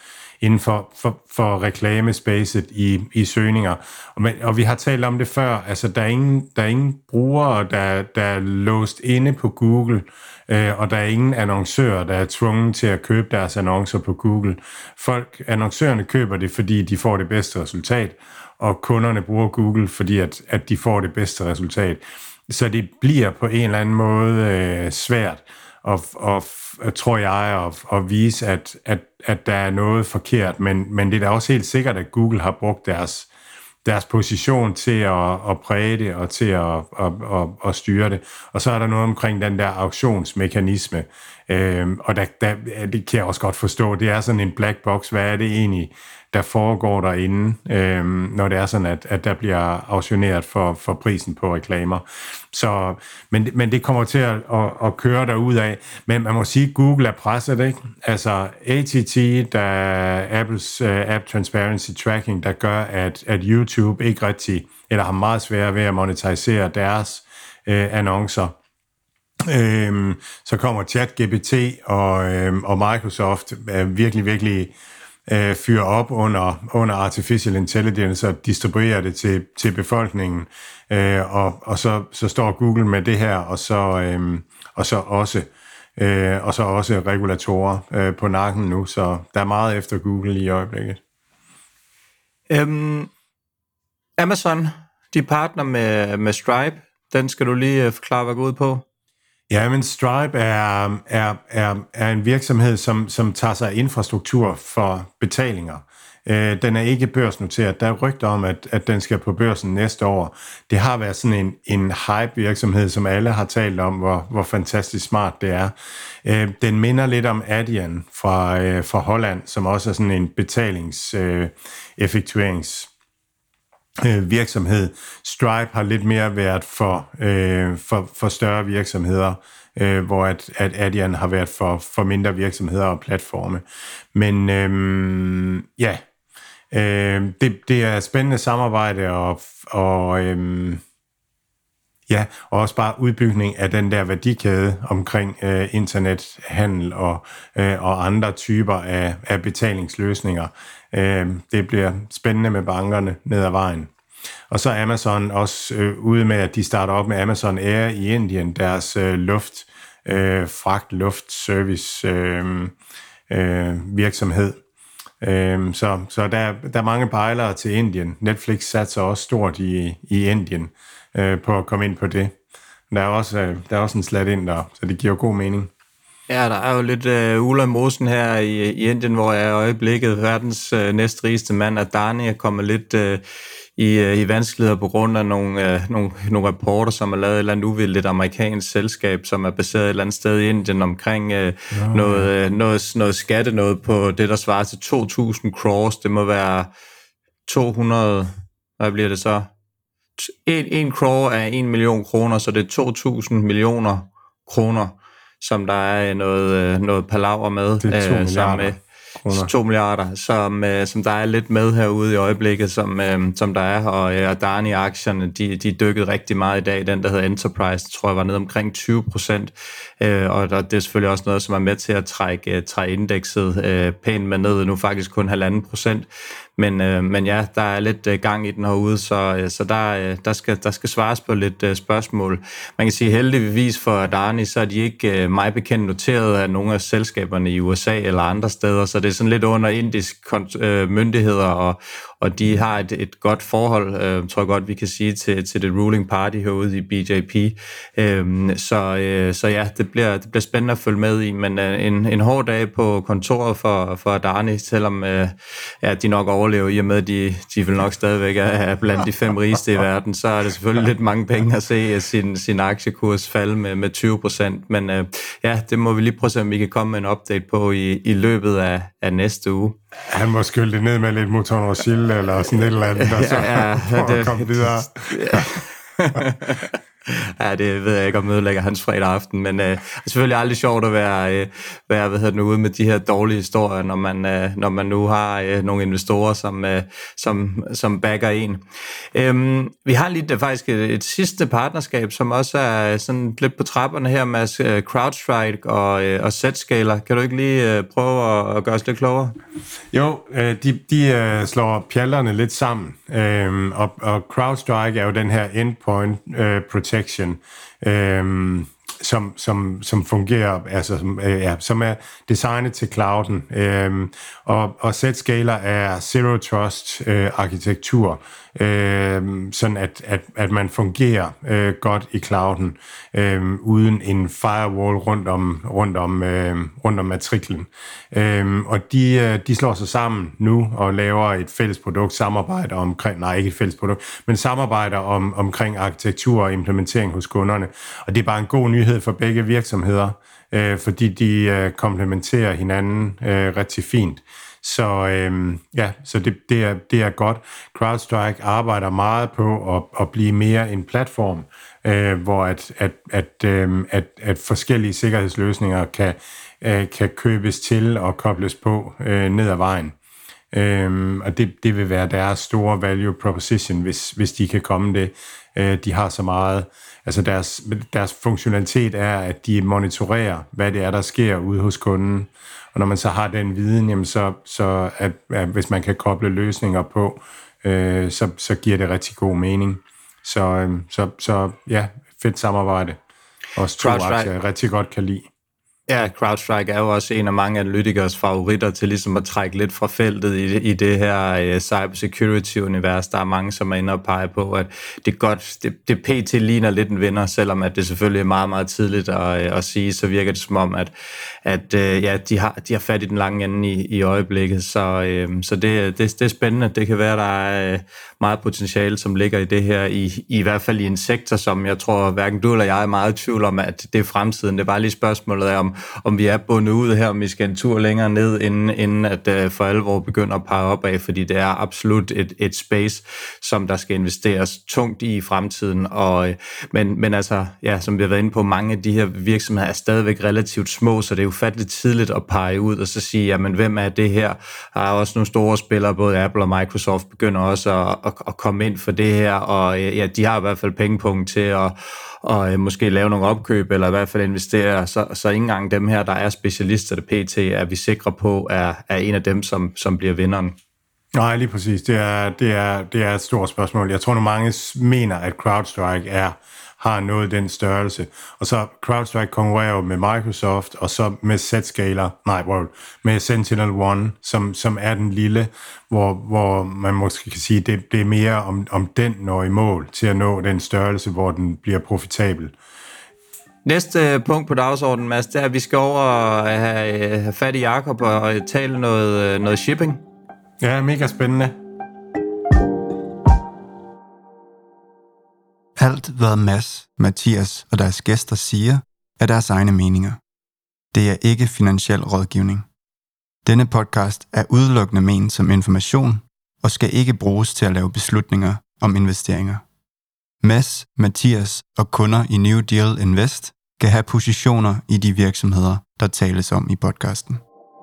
inden for, for, for reklamespacet i, i søgninger. Og, men, og vi har talt om det før, altså der er ingen, der er ingen brugere, der, der er låst inde på Google, øh, og der er ingen annoncører, der er tvunget til at købe deres annoncer på Google. Folk, annoncørerne køber det, fordi de får det bedste resultat, og kunderne bruger Google, fordi at, at de får det bedste resultat. Så det bliver på en eller anden måde øh, svært, og, og tror jeg, at, at vise, at, at, at der er noget forkert, men, men det er da også helt sikkert, at Google har brugt deres, deres position til at, at præge det, og til at, at, at, at styre det. Og så er der noget omkring den der auktionsmekanisme, øhm, og der, der, det kan jeg også godt forstå, det er sådan en black box, hvad er det egentlig, der foregår derinde, øhm, når det er sådan, at, at der bliver auktioneret for, for prisen på reklamer. Så, men, men det kommer til at, at, at køre derudad. Men man må sige, at Google er presset, ikke? Altså A T T, der er Apples uh, App Transparency Tracking, der gør, at, at YouTube ikke rigtig, eller har meget svært ved at monetisere deres uh, annoncer. Øhm, så kommer ChatGPT og, øhm, og Microsoft øh, virkelig, virkelig øh, fyrer op under, under Artificial Intelligence og distribuerer det til, til befolkningen. Øh, og og så, så står Google med det her, og så, øhm, og så også øh, og så også regulatorer øh, på nakken nu, så der er meget efter Google i øjeblikket. Øhm, Amazon, de partner med, med Stripe, den skal du lige forklare, hvad går ud på. Ja, men Stripe er, er, er, er en virksomhed, som, som tager sig infrastruktur for betalinger. Øh, den er ikke børsnoteret. Der er rygter om, at, at den skal på børsen næste år. Det har været sådan en, en hype-virksomhed, som alle har talt om, hvor, hvor fantastisk smart det er. Øh, den minder lidt om Adyen fra, øh, fra Holland, som også er sådan en betalingseffektuerings øh, virksomhed. Stripe har lidt mere været for, øh, for, for større virksomheder, øh, hvor at, at Adyen har været for, for mindre virksomheder og platforme. Men øh, ja, øh, det, det er et spændende samarbejde, og, og øh, ja, og også bare udbygning af den der værdikæde omkring øh, internethandel og, øh, og andre typer af, af betalingsløsninger. Øh, det bliver spændende med bankerne ned ad vejen. Og så er Amazon også øh, ude med, at de starter op med Amazon Air i Indien, deres øh, luft, øh, fragt, luftservice øh, øh, virksomhed. Øh, så så der, der er mange pejlere til Indien. Netflix satser også stort i, i Indien øh, på at komme ind på det. Der er også, øh, der er også en slat ind der, så det giver god mening. Ja, der er jo lidt uh, uler i mosen her i, i Indien, hvor jeg i øjeblikket verdens uh, næstrigeste mand, Adani, er kommet lidt uh, i, uh, i vanskeligheder på grund af nogle, uh, nogle, nogle rapporter, som er lavet et eller andet uvildigt amerikansk selskab, som er baseret et eller andet sted i Indien omkring uh, ja, noget, uh, noget, noget skatte, noget på det, der svarer til to tusind crores. Det må være to hundrede, hvad bliver det så? En, en crore er en million kroner, så det er to tusind millioner kroner, som der er noget, noget palaver med. Det er to øh, som, milliarder. Øh, to milliarder, som, øh, som der er lidt med herude i øjeblikket, som, øh, som der er, og øh, Adani-aktierne, de, de dykkede rigtig meget i dag. Den, der hedder Enterprise, tror jeg var nede omkring tyve procent, øh, og der, det er selvfølgelig også noget, som er med til at trække, trække indekset øh, pænt med ned, nu faktisk kun halvanden procent. Men, øh, men ja, der er lidt øh, gang i den herude, så, øh, så der, øh, der, skal, der skal svares på lidt øh, spørgsmål. Man kan sige heldigvis for Adani, så er de ikke øh, meget bekendt noteret af nogle af selskaberne i U S A eller andre steder, så det er sådan lidt under indisk kont- øh, myndigheder, og, og de har et, et godt forhold, øh, tror jeg godt, vi kan sige, til, til det ruling party herude i B J P. Øh, så, øh, så ja, det bliver, det bliver spændende at følge med i, men øh, en, en hård dag på kontoret for, for Adani, selvom øh, ja, de nok overlever i og med, at de, de vil nok stadigvæk er blandt de fem rigeste i verden, så er det selvfølgelig lidt mange penge at se sin, sin aktiekurs falde med, med tyve procent, men øh, ja, det må vi lige prøve at se, om vi kan komme med en update på i, i løbet af, af næste uge. Han må skylde det ned med lidt Mouton Rothschild eller sådan et eller andet, der så ja, ja, for det, at komme videre. Ja, det ved jeg ikke, om ødelægger hans fredag aften, men øh, det er selvfølgelig aldrig sjovt at være, øh, være hvad hedder det, ude med de her dårlige historier, når man, øh, når man nu har øh, nogle investorer, som, øh, som, som backer en. Øhm, vi har lige faktisk et, et sidste partnerskab, som også er sådan lidt på trapperne her med øh, CrowdStrike og, øh, og Zscaler. Kan du ikke lige øh, prøve at, at gøre os lidt klogere? Jo, øh, de, de øh, slår pjalterne lidt sammen, øh, og, og CrowdStrike er jo den her endpoint øh, protection, øh, som, som, som fungerer, altså som, øh, ja, som er designet til clouden, øh, og, og Zscaler er zero trust øh, arkitektur, øh, sådan at, at, at man fungerer øh, godt i clouden, øh, uden en firewall rundt om, rundt om, øh, rundt om matriklen. Øh, og de, de slår sig sammen nu og laver et fælles produkt, samarbejder omkring, nej ikke et fælles produkt, men samarbejder om, omkring arkitektur og implementering hos kunderne. Og det er bare en god nyhed for begge virksomheder, øh, fordi de øh, komplementerer hinanden øh, rigtig fint. Så øh, ja, så det, det, er, det er godt. CrowdStrike arbejder meget på at, at blive mere en platform, øh, hvor at, at, at, øh, at, at forskellige sikkerhedsløsninger kan, øh, kan købes til og kobles på øh, ned ad vejen. Øh, og det, det vil være deres store value proposition, hvis, hvis de kan komme det. Øh, de har så meget, altså deres, deres funktionalitet er, at de monitorerer, hvad det er, der sker ude hos kunden. Og når man så har den viden, jamen så, så at, at hvis man kan koble løsninger på, øh, så, så giver det rigtig god mening. Så, øh, så, så ja, fedt samarbejde. Også to aktier, jeg rigtig godt kan lide. Ja, CrowdStrike er jo også en af mange analytikers favoritter til ligesom at trække lidt fra feltet i, i det her uh, cybersecurity-univers. Der er mange, som er inde og pege på, at det godt, det, det P T ligner lidt en vinder, selvom at det selvfølgelig er meget, meget tidligt at, at sige, så virker det som om, at, at uh, ja, de, har, de har fat i den lange ende i, i øjeblikket. Så, uh, så det, det, det er spændende. Det kan være, der er uh, meget potentiale, som ligger i det her, i, i hvert fald i en sektor, som jeg tror, hverken du eller jeg er meget i tvivl om, at det er fremtiden. Det er bare lige spørgsmålet af, om om vi er bundet ud her, om vi skal en tur længere ned, inden, inden at uh, for alvor begynder at pege opad, fordi det er absolut et, et space, som der skal investeres tungt i i fremtiden. Og, uh, men, men altså, ja, som vi har været inde på, mange af de her virksomheder er stadigvæk relativt små, så det er ufatteligt tidligt at pege ud og så sige, jamen hvem er det her? Der er også nogle store spillere, både Apple og Microsoft begynder også at, at, at komme ind for det her, og ja, de har i hvert fald pengepunkt til at og måske lave nogle opkøb, eller i hvert fald investere, så, så ikke engang dem her, der er specialister, der P T, er vi sikre på, er, er en af dem, som, som bliver vinderen. Nej, lige præcis. Det er, det, er, det er et stort spørgsmål. Jeg tror, at mange mener, at CrowdStrike er, har nået den størrelse. Og så CrowdStrike konkurrerer jo med Microsoft, og så med Zscaler, nej, med SentinelOne, som, som er den lille, hvor, hvor man måske kan sige, det, det er mere om, om den når i mål til at nå den størrelse, hvor den bliver profitabel. Næste punkt på dagsordenen, Mads, det er, at vi skal over og have, have fat i Jakob og tale noget, noget shipping. Ja, mega spændende. Alt, hvad Mads, Mathias og deres gæster siger, er deres egne meninger. Det er ikke finansiel rådgivning. Denne podcast er udelukkende ment som information og skal ikke bruges til at lave beslutninger om investeringer. Mads, Mathias og kunder i New Deal Invest kan have positioner i de virksomheder, der tales om i podcasten.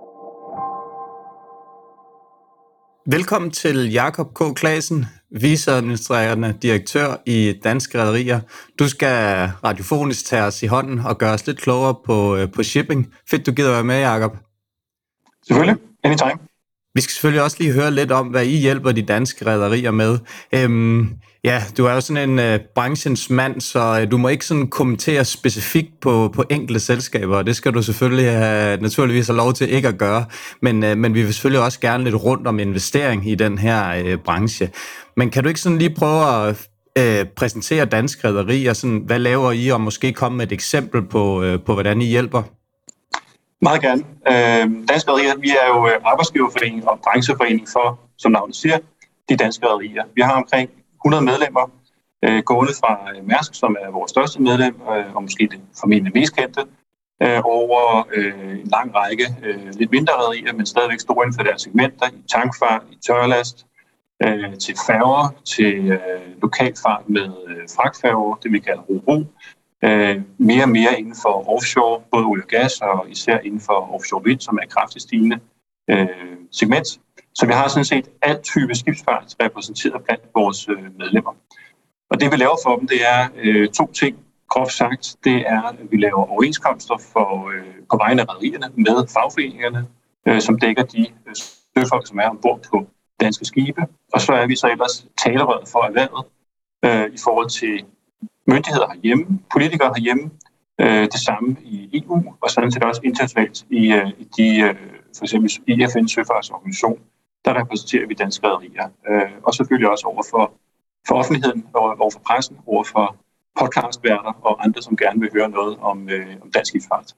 Velkommen til Jakob K. Claesen, viceadministrerende direktør i Danske Rederier. Du skal radiofonisk tage os i hånden og gøre os lidt klogere på, på shipping. Fedt, du gider være med, Jakob. Selvfølgelig. Anytime. Vi skal selvfølgelig også lige høre lidt om, hvad I hjælper de danske rederier med. Øhm, ja, du er jo sådan en øh, branchens mand, så øh, du må ikke sådan kommentere specifikt på, på enkelte selskaber, og det skal du selvfølgelig have, naturligvis have lov til ikke at gøre. Men, øh, men vi vil selvfølgelig også gerne lidt rundt om investering i den her øh, branche. Men kan du ikke sådan lige prøve at øh, præsentere danske rederier? Sådan, hvad laver I, og måske komme med et eksempel på, øh, på hvordan I hjælper? Meget gerne. Øh, Danske Rederier, vi er jo arbejdsgiverforening og brancheforening for, som navnet siger, de danske rederier. Vi har omkring hundrede medlemmer, øh, gående fra Mærsk, som er vores største medlem, øh, og måske det formentlig mest kendte, øh, over øh, en lang række øh, lidt mindre rederier, men stadigvæk store inden for deres segmenter, i tankfart, i tørlast, øh, til færger, til øh, lokalfart med øh, fragtfærger, det vi kalder ro-ro. Øh, mere og mere inden for offshore, både olie og gas, og især inden for offshore vind, som er et kraftigt stigende øh, segment. Så vi har sådan set alt type skibsfart repræsenteret blandt vores øh, medlemmer. Og det vi laver for dem, det er øh, to ting. Groft sagt, det er, at vi laver overenskomster for, øh, på vegne af rederierne med fagforeningerne, øh, som dækker de øh, søfolk, som er ombord på danske skibe. Og så er vi så ellers talerøret for erhvervet øh, i forhold til myndigheder herhjemme, politikere herhjemme, øh, det samme i E U, og sådan set også internationalt i, øh, i de, øh, for eksempel i F N's søfartsorganisation, der repræsenterer vi danske rederier. Øh, og selvfølgelig også over for, for offentligheden, over for pressen, over for podcastværter og andre, som gerne vil høre noget om, øh, om dansk skibsfart.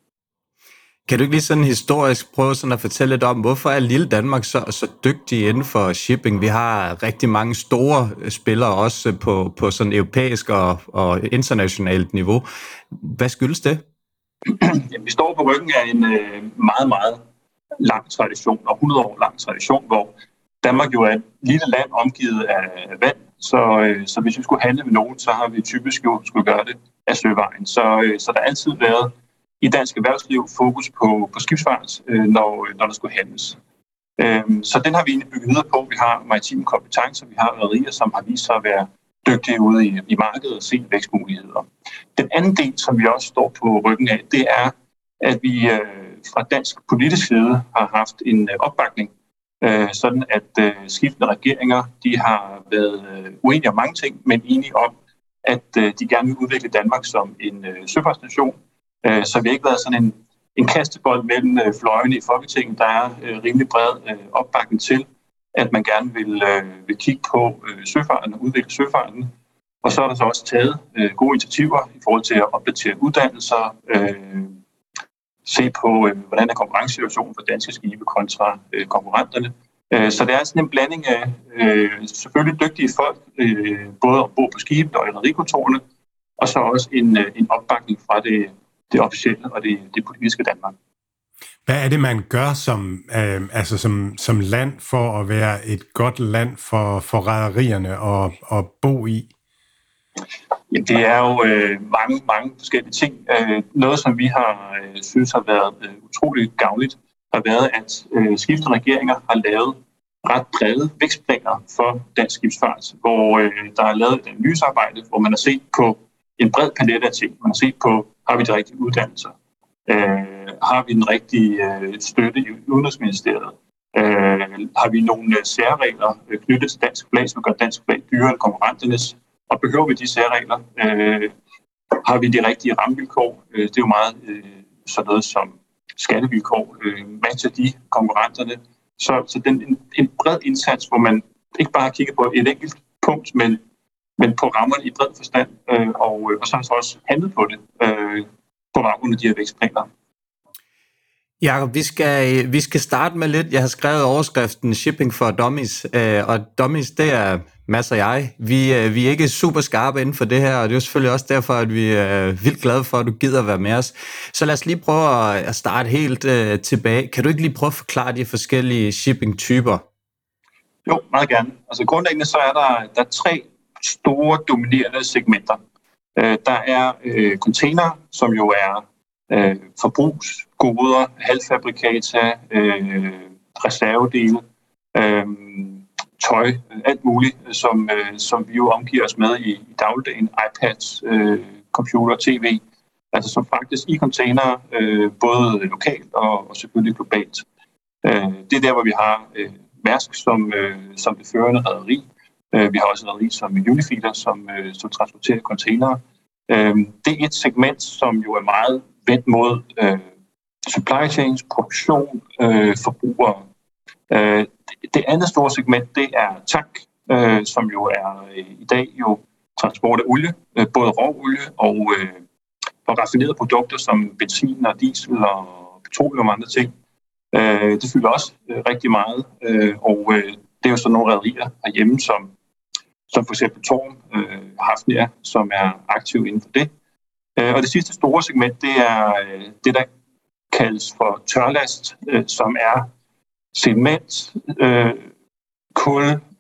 Kan du ikke lige sådan historisk prøve sådan at fortælle lidt om, hvorfor er lille Danmark så, så dygtig inden for shipping? Vi har rigtig mange store spillere også på, på sådan europæisk og, og internationalt niveau. Hvad skyldes det? Jamen, vi står på ryggen af en øh, meget, meget lang tradition, og hundrede år lang tradition, hvor Danmark jo er et lille land omgivet af vand, så, øh, så hvis vi skulle handle med nogen, så har vi typisk jo skulle gøre det af søvejen. Så, øh, så der har altid været i dansk erhvervsliv fokus på, på skibsfart, øh, når, når der skulle handles. Øh, så den har vi egentlig bygget videre på. Vi har maritime kompetencer, vi har rederier, som har vist sig at være dygtige ude i, i markedet og se vækstmuligheder. Den anden del, som vi også står på ryggen af, det er, at vi øh, fra dansk politisk side har haft en øh, opbakning, øh, sådan at øh, skiftende regeringer, de har været øh, uenige om mange ting, men enige om, at øh, de gerne vil udvikle Danmark som en øh, søfartsnation. Øh, så vi har ikke været sådan en, en kastebold mellem øh, fløjene i Folketinget. Der er øh, rimelig bred øh, opbakning til, at man gerne vil, øh, vil kigge på øh, søfarten og udvikle søfarten. Og så er der så også taget øh, gode initiativer i forhold til at opdatere uddannelser, øh, se på, øh, hvordan er konkurrencesituationen for danske skibe kontra øh, konkurrenterne. Øh, så det er sådan en blanding af øh, selvfølgelig dygtige folk, øh, både ombord på skibet og i rederikontorerne, og så også en, øh, en opbakning fra det, det officielle og det, det politiske Danmark. Hvad er det, man gør som, øh, altså som, som land for at være et godt land for, for rederierne at, at bo i? Jamen, det er jo øh, mange, mange forskellige ting. Øh, noget, som vi har øh, synes har været øh, utroligt gavnligt, har været, at øh, skiftende regeringer har lavet ret brede vækstplaner for dansk skibsfart, hvor øh, der er lavet et analysearbejde, hvor man har set på en bred palet af ting. Man har set på, har vi de rigtige uddannelser? Øh, har vi den rigtige øh, støtte i Udenrigsministeriet? Øh, har vi nogle øh, særregler øh, knyttet til dansk flag, som gør dansk flag dyrere end konkurrenternes? Og behøver vi de særregler? Øh, har vi de rigtige rammevilkår? Øh, det er jo meget øh, sådan noget som skattevilkår. Øh, matcher de konkurrenterne? Så, så den, en, en bred indsats, hvor man ikke bare kigger på et enkelt punkt, men, men på rammerne i bred forstand, øh, og, og så har så også handlet på det øh, på baggrund af de her vækstplaner. Jakob, vi skal, vi skal starte med lidt. Jeg har skrevet overskriften Shipping for Dummies, øh, og Dummies, det er Mads og jeg. Vi, øh, vi er ikke super skarpe inden for det her, og det er jo selvfølgelig også derfor, at vi er vildt glade for, at du gider være med os. Så lad os lige prøve at starte helt øh, tilbage. Kan du ikke lige prøve at forklare de forskellige shipping-typer? Jo, meget gerne. Altså grundlæggende så er der, der er tre store dominerende segmenter. Øh, der er øh, container, som jo er øh, forbrugsgoder, halvfabrikata, øh, reservedele, øh, tøj, alt muligt, som, øh, som vi jo omgiver os med i, i dagligdagen, iPads, øh, computer, tv, altså som faktisk i container, øh, både lokalt og, og selvfølgelig globalt. Øh, det er der, hvor vi har øh, Mærsk som, øh, som det førende rederi. Øh, vi har også rederi som Unifiler, som, øh, som transporterer containere. Øh, det er et segment, som jo er meget vendt mod øh, supply chains, produktion, øh, forbrugere. Øh, det andet store segment, det er tank, øh, som jo er øh, i dag jo transport af olie, øh, både råolie og, øh, og raffinerede produkter som benzin og diesel og petroleum og andre ting. Øh, det fylder også øh, rigtig meget, øh, og øh, det er jo sådan nogle rederier herhjemme, som, som for eksempel Torm, øh, Hafnia, som er aktiv inden for det. Øh, og det sidste store segment, det er øh, det, der kaldes for tørlast, øh, som er cement, øh, kul,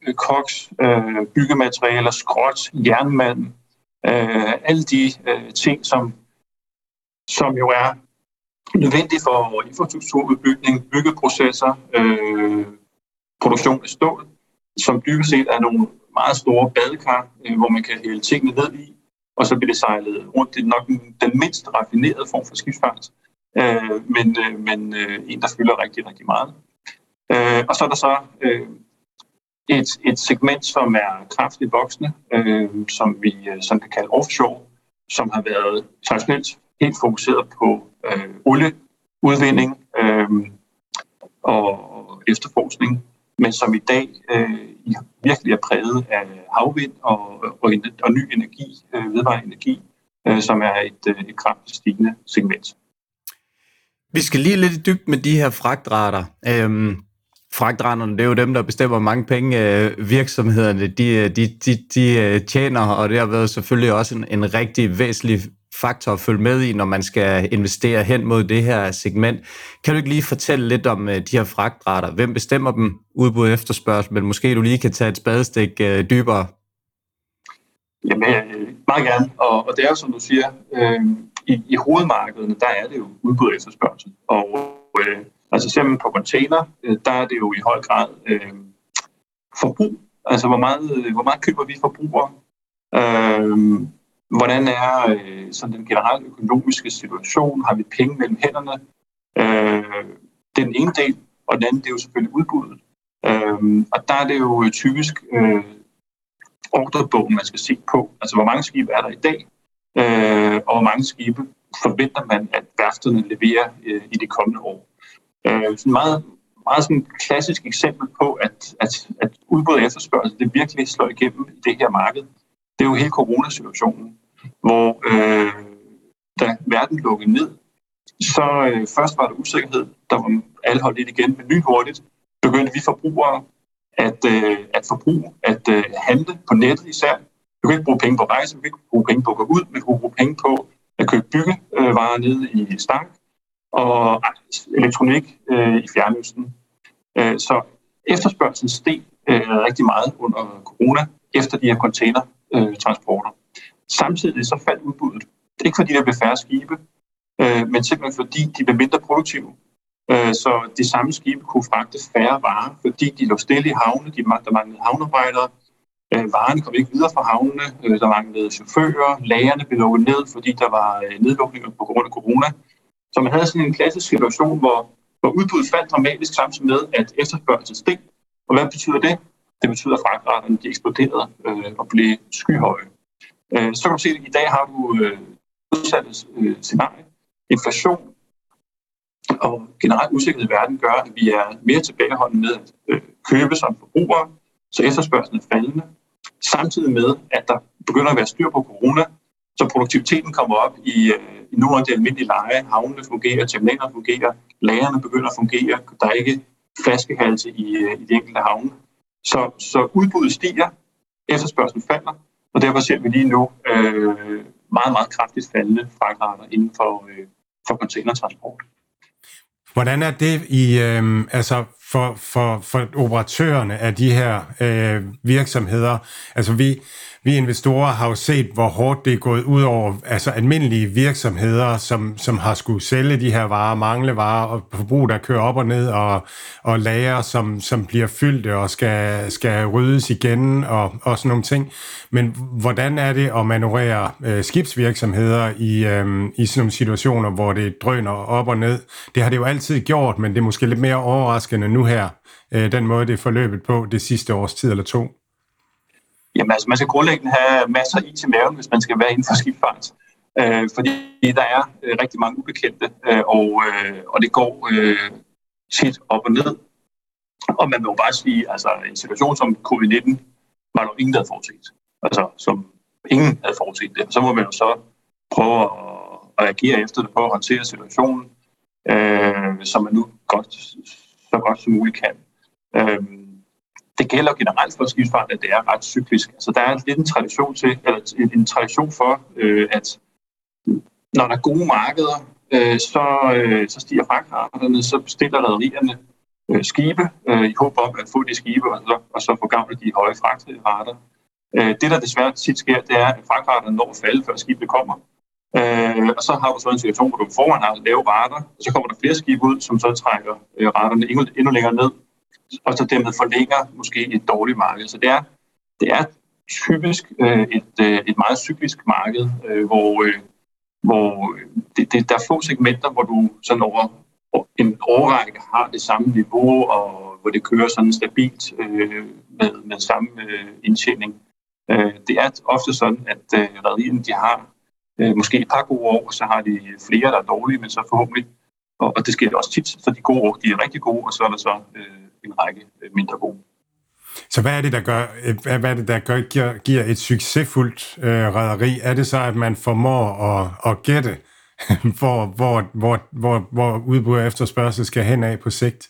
øh, koks, øh, byggematerialer, skrot, jernmalm, øh, alle de øh, ting, som, som jo er nødvendige for infrastrukturudbygning, byggeprocesser, øh, produktion af stål, som dybest set er nogle meget store badekar, øh, hvor man kan hælde tingene ned i, og så bliver det sejlet rundt. Det er nok den, den mindst raffinerede form for skibsfart, øh, men, øh, men øh, en, der fylder rigtig, rigtig meget. Øh, og så er der så øh, et, et segment, som er kraftigt voksende, øh, som vi som kan kalde offshore, som har været traditionelt helt fokuseret på øh, olieudvinding øh, og efterforskning, men som i dag øh, virkelig er præget af havvind og, og, og ny energi, øh, vedvarende energi, øh, som er et, et kraftigt stigende segment. Vi skal lige lidt i dybden med de her fragtrater. Øhm, fragtraterne, det er jo dem, der bestemmer mange penge. Øh, virksomhederne, de, de, de, de tjener, og det har været selvfølgelig også en, en rigtig væsentlig faktor at følge med i, når man skal investere hen mod det her segment. Kan du ikke lige fortælle lidt om uh, de her fragtrater? Hvem bestemmer dem? Udbud og efterspørgsel, men måske du lige kan tage et spadestik uh, dybere. Jamen, meget gerne. Og, og det er jo, som du siger, øh, i, i hovedmarkederne, der er det jo udbud og efterspørgsel. Og øh, altså simpelthen på container, øh, der er det jo i høj grad øh, forbrug. Altså, hvor meget, hvor meget køber vi forbrugere? Øh, Hvordan er øh, sådan den generelle økonomiske situation? Har vi penge mellem hænderne? Øh, det er den ene del, og den anden det er jo selvfølgelig udbuddet. Øh, og der er det jo typisk øh, ordrebogen, man skal se på. Altså, hvor mange skibe er der i dag? Øh, og hvor mange skibe forventer man, at værfterne leverer øh, i de kommende år? Øh, sådan meget, meget sådan et klassisk eksempel på, at, at, at udbud og efterspørgsel det virkelig slår igennem i det her marked. Det er jo hele coronasituationen, hvor øh, da verden lukkede ned, så øh, først var der usikkerhed, der var alle holdt lidt igen, men lynhurtigt begyndte vi forbrugere at, øh, at forbruge, at øh, handle på nettet især. Vi kan ikke bruge penge på rejse, vi kan ikke bruge penge på at gå ud, men vi kan bruge penge på at købe byggevarer nede i stank og elektronik øh, i Fjernøsten. Øh, så efterspørgselen steg øh, rigtig meget under corona, efter de her containertransporter. Samtidig så faldt udbuddet. Det er ikke fordi, der blev færre skibe, øh, men simpelthen fordi de blev mindre produktive. Øh, så de samme skibe kunne fragte færre varer, fordi de lå stille i havne, de, der manglede havnearbejdere, øh, varerne kom ikke videre fra havnene, øh, der manglede chauffører, lagerne blev lukket ned, fordi der var øh, nedlukninger på grund af corona. Så man havde sådan en klassisk situation, hvor, hvor udbuddet faldt dramatisk samtidig med, at efterspørgselen steg. Og hvad betyder det? Det betyder, at fragtraterne de eksploderede øh, og blev skyhøje. Øh, så kan du se, at i dag har du øh, udsatte øh, scenarie. Inflation og generelt usikkerhed i verden gør, at vi er mere tilbageholdende med at øh, købe som forbrugere, så efterspørgselen er faldende. Samtidig med, at der begynder at være styr på corona, så produktiviteten kommer op i, øh, i nogle af de almindelige leje. Havnene fungerer, terminalerne fungerer, lagrene begynder at fungere. Der er ikke flaskehalse i, øh, i de enkelte havne. Så, så udbuddet stiger, efterspørgselen falder, og derfor ser vi lige nu øh, meget, meget kraftigt faldende fragtrater inden for, øh, for containertransport. Hvordan er det i, øh, altså for, for, for operatørerne af de her øh, virksomheder? Altså vi, vi investorer har jo set, hvor hårdt det er gået ud over altså almindelige virksomheder, som, som har skulle sælge de her varer, mangle varer, og forbrug, der kører op og ned, og, og lager, som, som bliver fyldte og skal, skal ryddes igen, og, og sådan nogle ting. Men hvordan er det at manøvrere øh, skibsvirksomheder i, øh, i sådan nogle situationer, hvor det drøner op og ned? Det har det jo altid gjort, men det er måske lidt mere overraskende nu her, øh, den måde, det er forløbet på det sidste års tid eller to. Jamen altså, man skal grundlæggende have masser af is i maven, hvis man skal være inden for skibsfart. Øh, fordi der er øh, rigtig mange ubekendte, øh, og, øh, og det går øh, tit op og ned. Og man må jo bare sige, altså en situation som covid nitten var der jo ingen, der havde forudset. Altså, som ingen havde forudset det. Så må man jo så prøve at, at agere efter det, prøve at håndtere situationen, øh, som man nu godt, så godt som muligt kan. Øh, Det gælder generelt for skibsfart, at det er ret cyklisk. Altså, der er lidt en tradition til, eller en tradition for, øh, at når der er gode markeder, øh, så, øh, så stiger fragtraterne, så bestiller rederierne øh, skibe, øh, i håb om at få de skibe, og så, og så få gavn af de høje fragtrater. Øh, det, der desværre tit sker, det er, at fragtraterne når at falde, før skibet kommer. Øh, og så har du så en situation, hvor du foran har lave rater, og så kommer der flere skibe ud, som så trækker øh, raterne endnu, endnu længere ned, og så dermed forlænger måske et dårligt marked. Så det er, det er typisk øh, et, øh, et meget cyklisk marked, øh, hvor, øh, hvor det, det, der er få segmenter, hvor du sådan over en årrække har det samme niveau, og hvor det kører sådan stabilt øh, med, med samme øh, indtjening. Øh, det er ofte sådan, at øh, rederierne, de har øh, måske et par gode år, og så har de flere, der er dårlige, men så forhåbentlig, og, og det sker også tit, så de gode år, de er rigtig gode, og så er der så øh, en række øh, mindre gode. Så hvad er det, der gør, hvad er det, der gør, giver, giver et succesfuldt øh, rederi? Er det så, at man formår at, at gætte, hvor, hvor, hvor, hvor, hvor udbud og efterspørgsel skal hen af på sigt?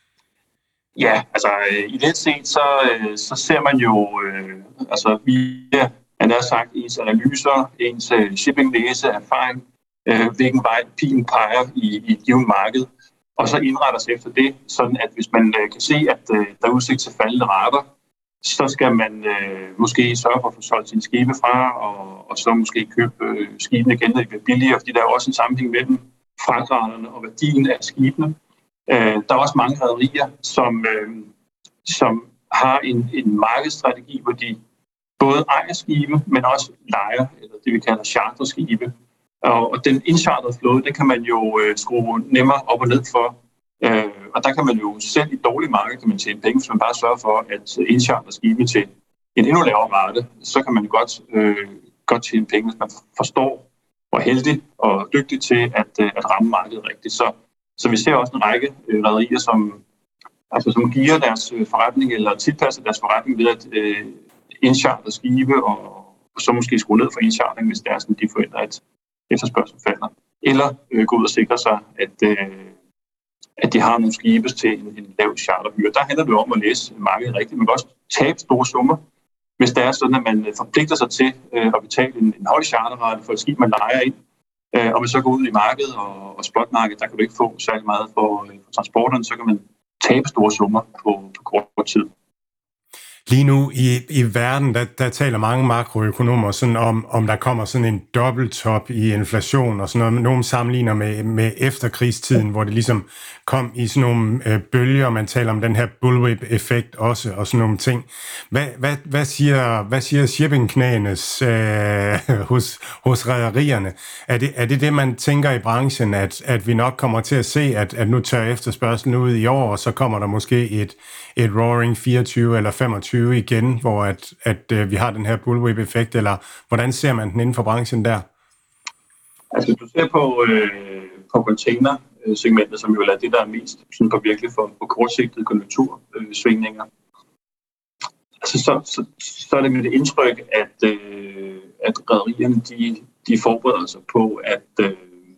Ja, altså i det set, så, så ser man jo, øh, altså via, han har sagt, ens analyser, ens shipping-læse, erfaring, øh, hvilken vej pilen peger i, i et givet marked, og så indretter sig efter det, sådan at hvis man øh, kan se, at øh, der er udsigt til faldende rater, så skal man øh, måske sørge for at få solgt sine skibe fra, og, og så måske købe øh, skibene igen, når de bliver billigere, fordi der er også en sammenhæng mellem fragtraterne og værdien af skibene. Øh, der er også mange rederier, som, øh, som har en, en markedsstrategi, hvor de både ejer skibe, men også lejer, eller det vi kalder charterskibe. Og, og den indchartede flåde, den kan man jo øh, skrue nemmere op og ned for. Øh, og der kan man jo selv i et dårligt marked kan man tjene penge, hvis man bare sørger for at indcharter skibe til en endnu lavere rate. Så kan man godt, øh, godt tjene penge, hvis man forstår og er heldig og dygtig til at, øh, at ramme markedet rigtigt. Så, så vi ser også en række øh, rederier, som, altså, som giver deres forretning eller tilpasser deres forretning ved at øh, indcharter skibe og, og så måske skrue ned for indchartering, hvis det er sådan, de forventer, at efterspørgsel falder. Eller øh, gå ud og sikre sig, at, øh, at de har nogle skibe til en, en lav charterhyre. Der handler det om at læse markedet rigtigt. Man kan også tabe store summer, hvis det er sådan, at man forpligter sig til øh, at betale en, en høj charterrate for et skib, man lejer ind. Øh, og man så går ud i markedet og, og spotmarkedet, der kan du ikke få særlig meget for, øh, for transporterne, så kan man tabe store summer på, på kort tid. Lige nu i, i verden, der, der taler mange makroøkonomer sådan om, om der kommer sådan en dobbelttop i inflation og sådan noget. Nogle sammenligner med, med efterkrigstiden, hvor det ligesom kom i sådan nogle øh, bølger. Man taler om den her bullwhip-effekt også og sådan nogle ting. Hvad, hvad, hvad siger, hvad siger shippingknæenes øh, hos, hos rederierne? Er det, er det det, man tænker i branchen, at, at vi nok kommer til at se, at, at nu tør efterspørgselen ud i år, og så kommer der måske et, et roaring fireogtyve eller femogtyve igen, hvor at, at, at vi har den her bullwhip-effekt, eller hvordan ser man den inden for branchen der? Altså, du ser på, øh, på containersegmentet, som jo er det, der er mest sådan på virkelig for på kortsigtede konjunktursvingninger. Altså, så, så, så er det med det indtryk, at, øh, at rederierne, de, de forbereder sig på, at, øh,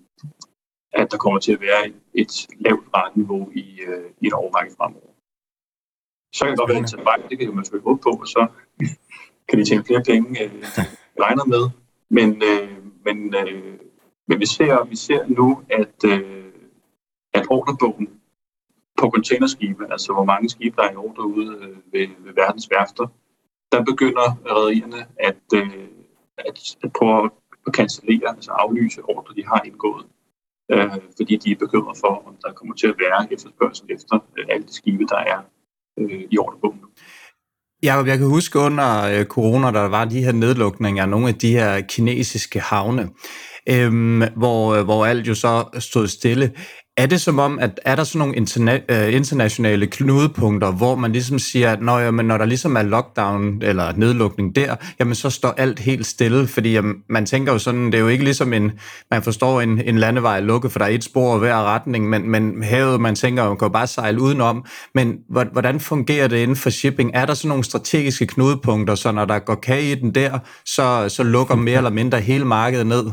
at der kommer til at være et, et lavt retniveau i, øh, i et årrække fremover. Så kan det godt være en tilbage, det kan jo man selvfølgelig håbe på, og så kan de tjene flere penge, øh, regner med. Men, øh, men, øh, men vi, ser, vi ser nu, at, øh, at ordrebogen på containerskibe, altså hvor mange skibe, der er i ordre ude øh, ved, ved verdens værfter, der begynder rederierne at, øh, at, at prøve at cancellere, altså aflyse ordre, de har indgået. Øh, fordi de er bekymret for, om der kommer til at være efterspørgsel efter øh, alle de skibe, der er i ordrebogen. Ja, jeg kan huske under corona, der var de her nedlukninger af nogle af de her kinesiske havne, øhm, hvor, hvor alt jo så stod stille. Er det som om, at er der sådan nogle interna- øh, internationale knudepunkter, hvor man ligesom siger, at når, jamen, når der ligesom er lockdown eller nedlukning der, jamen så står alt helt stille, fordi jamen, man tænker jo sådan, det er jo ikke ligesom en, man forstår en, en landevej lukket, for der er et spor hver retning, men, men havet, man tænker, man kan jo bare sejle udenom, men hvordan fungerer det inden for shipping? Er der sådan nogle strategiske knudepunkter, så når der går kage i den der, så, så lukker mere eller mindre hele markedet ned?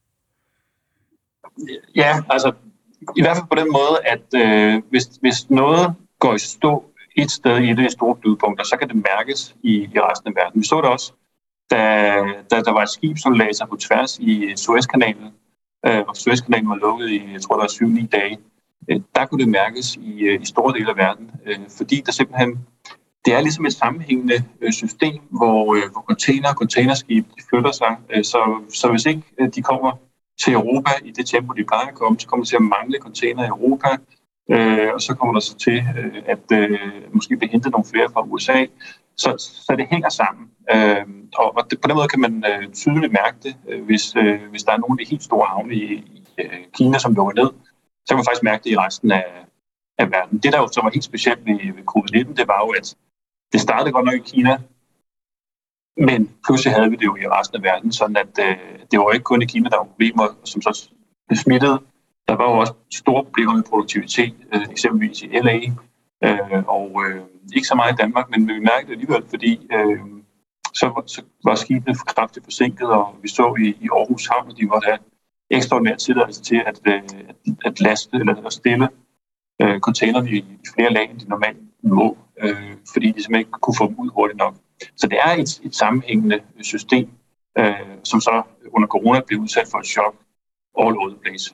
Ja, altså i hvert fald på den måde, at øh, hvis, hvis noget går i stå et sted i det store knudepunkter, så kan det mærkes i, i resten af verden. Vi så det også, da, da der var et skib, som lagde sig på tværs i Suezkanalen, øh, og Suezkanalen var lukket i, jeg tror, der var syv ni dage. øh, der kunne det mærkes i, øh, i store dele af verden, øh, fordi der simpelthen, det er ligesom et sammenhængende øh, system, hvor, øh, hvor container og containerskib de flytter sig, øh, så, så hvis ikke øh, de kommer til Europa i det tempo, de plejer at komme, så kommer det til at mangle container i Europa, øh, og så kommer der så til øh, at øh, måske blive hentet nogle flere fra U S A, så, så det hænger sammen. Øh, og og det, på den måde kan man øh, tydeligt mærke det, øh, hvis, øh, hvis der er nogle af de helt store havne i, i øh, Kina, som lukker ned, så kan man faktisk mærke det i resten af, af verden. Det, der jo så var helt specielt ved, ved covid nitten, det var jo, at det startede godt nok i Kina, men pludselig havde vi det jo i resten af verden, sådan at øh, det var ikke kun i Kina, der var problemer, som så blev smittet. Der var jo også store problemer med produktivitet, øh, eksempelvis i L A, øh, og øh, ikke så meget i Danmark, men vi mærkede det alligevel, fordi øh, så, så var skibene kraftigt forsinket, og vi så i, i Aarhus Havn, at de måtte have ekstraordinært tilladelse til at, øh, at, at laste eller at stille øh, containerne i, i flere lag, end de normalt må, øh, fordi de simpelthen ikke kunne få dem ud hurtigt nok. Så det er et, et sammenhængende system, øh, som så under corona blev udsat for et chok all over the place.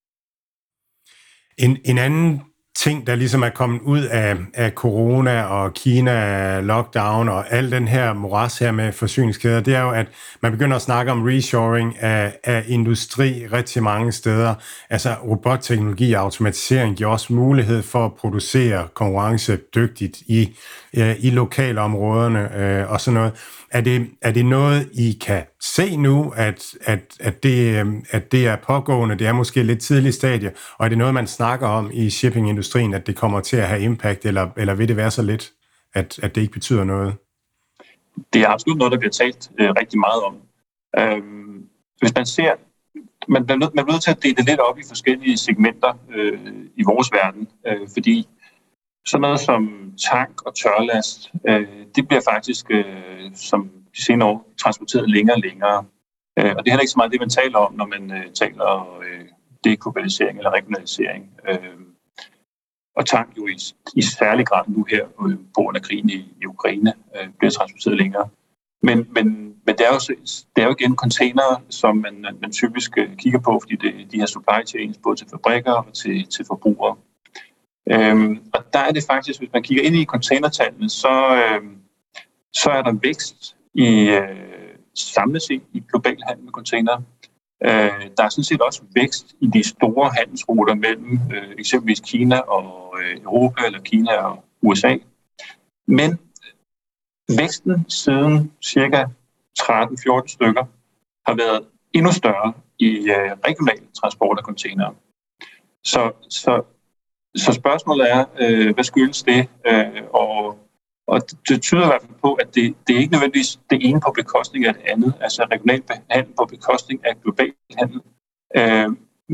En, en anden ting, der ligesom er kommet ud af, af corona og Kina lockdown og al den her moras her med forsyningskæder, det er jo, at man begynder at snakke om reshoring af, af industri rigtig mange steder. Altså robotteknologi og automatisering giver også mulighed for at producere konkurrencedygtigt i, i lokalområderne øh, og sådan noget. Er det, er det noget, I kan se nu, at, at, at, det, at det er pågående? Det er måske lidt tidligt stadie, og er det noget, man snakker om i shippingindustrien, at det kommer til at have impact, eller, eller vil det være så lidt, at, at det ikke betyder noget? Det er absolut noget, der bliver talt øh, rigtig meget om. Øhm, hvis man ser, man bliver nødt, man bliver nødt til at dele det lidt op i forskellige segmenter øh, i vores verden, øh, fordi sådan noget som tank og tørlast, øh, det bliver faktisk, øh, som de senere år, transporteret længere og længere. Øh, og det er heller ikke så meget det, man taler om, når man øh, taler øh, deglobalisering eller regionalisering. Øh, og tank jo i, i særlig grad nu her øh, på grund af krigen i, i Ukraine øh, bliver transporteret længere. Men, men, men det, er jo, det er jo igen containere, som man, man typisk kigger på, fordi det, de her supply chains både til fabrikker og til, til forbrugere. Øhm, og der er det faktisk, hvis man kigger ind i containertallene, så, øhm, så er der vækst i øh, samlet set i global handel med container. Øh, der er sådan set også vækst i de store handelsruter mellem øh, eksempelvis Kina og øh, Europa, eller Kina og U S A. Men væksten siden cirka tretten fjorten stykker har været endnu større i øh, regional transport af containere. Så, så Så spørgsmålet er, øh, hvad skyldes det? Øh, og, og det tyder i hvert fald på, at det, det er ikke nødvendigvis det ene på bekostning af det andet, altså regional handel på bekostning af global handel. Øh,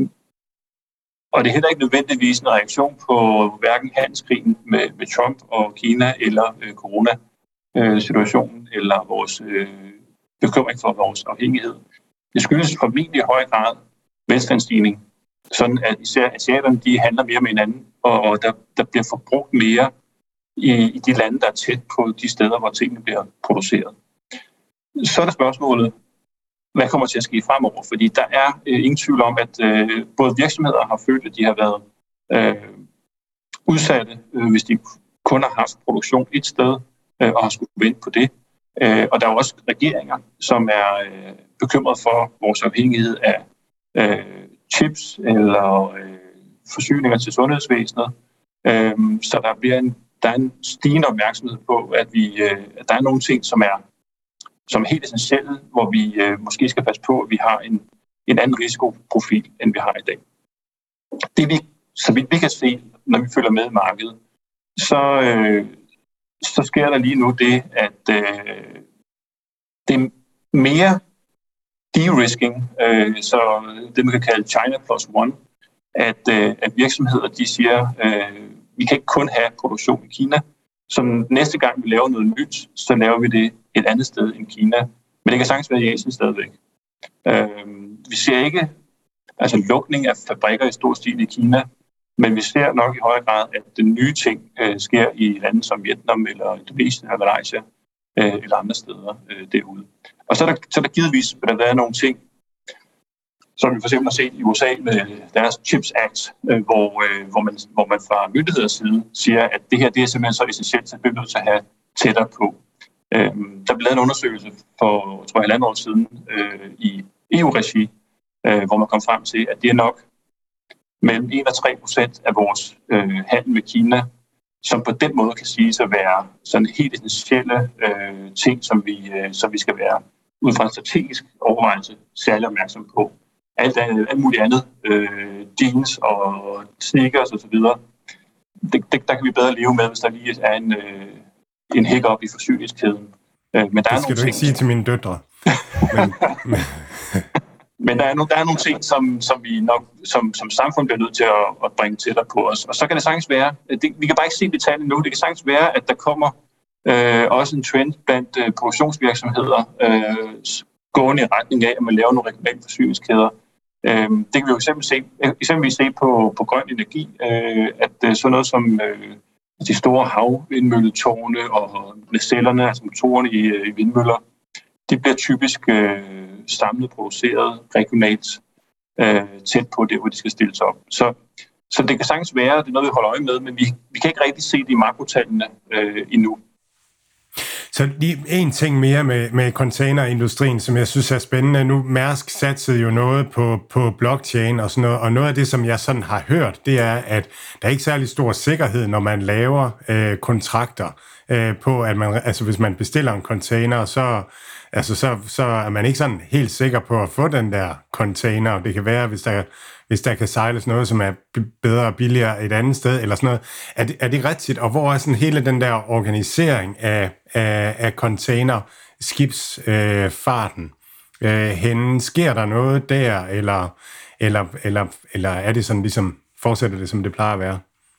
og det er heller ikke nødvendigvis en reaktion på hverken handelskrigen med, med Trump og Kina eller øh, corona-situationen øh, eller vores øh, bekymring for vores afhængighed. Det skyldes formentlig i høj grad velstandsstigning. Sådan at især asiaterne, de handler mere med hinanden, og der, der bliver forbrugt mere i, i de lande, der er tæt på de steder, hvor tingene bliver produceret. Så er der spørgsmålet, hvad kommer til at ske fremover? Fordi der er øh, ingen tvivl om, at øh, både virksomheder har følt, at de har været øh, udsatte, øh, hvis de kun har haft produktion et sted øh, og har skulle vente på det. Øh, og der er også regeringer, som er øh, bekymret for vores afhængighed af øh, chips eller øh, forsyninger til sundhedsvæsenet. Øhm, så der bliver en, der er en stigende opmærksomhed på, at, vi, øh, at der er nogle ting, som er, som er helt essentielle, hvor vi øh, måske skal passe på, at vi har en, en anden risikoprofil, end vi har i dag. Det vi, så vidt vi kan se, når vi følger med i markedet, så, øh, så sker der lige nu det, at øh, det er mere de-risking, øh, så det man kan kalde China plus one, at, øh, at virksomheder de siger, øh, vi kan ikke kun have produktion i Kina, så næste gang vi laver noget nyt, så laver vi det et andet sted end Kina, men det kan sagtens være i Asien stadigvæk. Øh, vi ser ikke altså lukning af fabrikker i stor stil i Kina, men vi ser nok i høj grad, at den nye ting øh, sker i lande som Vietnam eller Indonesien eller Malaysia øh, eller andre steder øh, derude. Og så er der, så er der givetvis, at der er nogle ting, som vi for eksempel har set i U S A med deres CHIPS Act, øh, hvor, øh, hvor, man, hvor man fra myndigheders side siger, at det her det er simpelthen så essentielt, at vi bliver nødt til at have tættere på. Øh, der blev lavet en undersøgelse for, tror jeg, halvandet år siden øh, i E U-regi, øh, hvor man kom frem til, at det er nok mellem en og tre procent af vores øh, handel med Kina, som på den måde kan siges at være sådan helt essentielle øh, ting, som vi, øh, som vi skal være ud fra en strategisk overvejelse særlig opmærksom på. Alt, alt muligt andet, øh, jeans og sneakers og så videre, det, det, der kan vi bedre leve med, hvis der lige er en, øh, en hiccup i forsyningskæden. Øh, men der det er skal nogle du ikke ting, sige til mine døtre. men, men... men der er, no, der er nogle ting, som, som vi nok som, som samfund bliver nødt til at, at bringe tættere på os. Og så kan det sagtens være, det, vi kan bare ikke se detaljen nu, det kan sagtens være, at der kommer øh, også en trend blandt øh, produktionsvirksomheder, øh, gående i retning af, at man laver nogle regionale forsyningskæder. Øh, det kan vi jo eksempelvis se, eksempelvis se på, på grøn energi, øh, at øh, sådan noget som øh, de store havvindmølletårne og nacellerne, altså motorerne i, i vindmøller, de bliver typisk øh, samlet produceret regionalt øh, tæt på det, hvor de skal stilles op. Så, så det kan sagtens være, det er noget, vi holder øje med, men vi, vi kan ikke rigtig se det i makrotallene øh, endnu. Så lige en ting mere med, med containerindustrien, som jeg synes er spændende. Nu Mærsk satsede jo noget på, på blockchain og sådan noget, og noget af det, som jeg sådan har hørt, det er, at der er ikke særlig stor sikkerhed, når man laver øh, kontrakter øh, på, at man, altså hvis man bestiller en container, så, altså så, så er man ikke sådan helt sikker på at få den der container. Det kan være, hvis der hvis der kan sejles noget, som er bedre og billigere et andet sted, eller sådan noget. Er det, er det rigtigt? Og hvor er sådan hele den der organisering af, af, af containerskibsfarten øh, henne? Sker der noget der, eller, eller, eller, eller er det sådan ligesom, fortsætter det, som det plejer at være?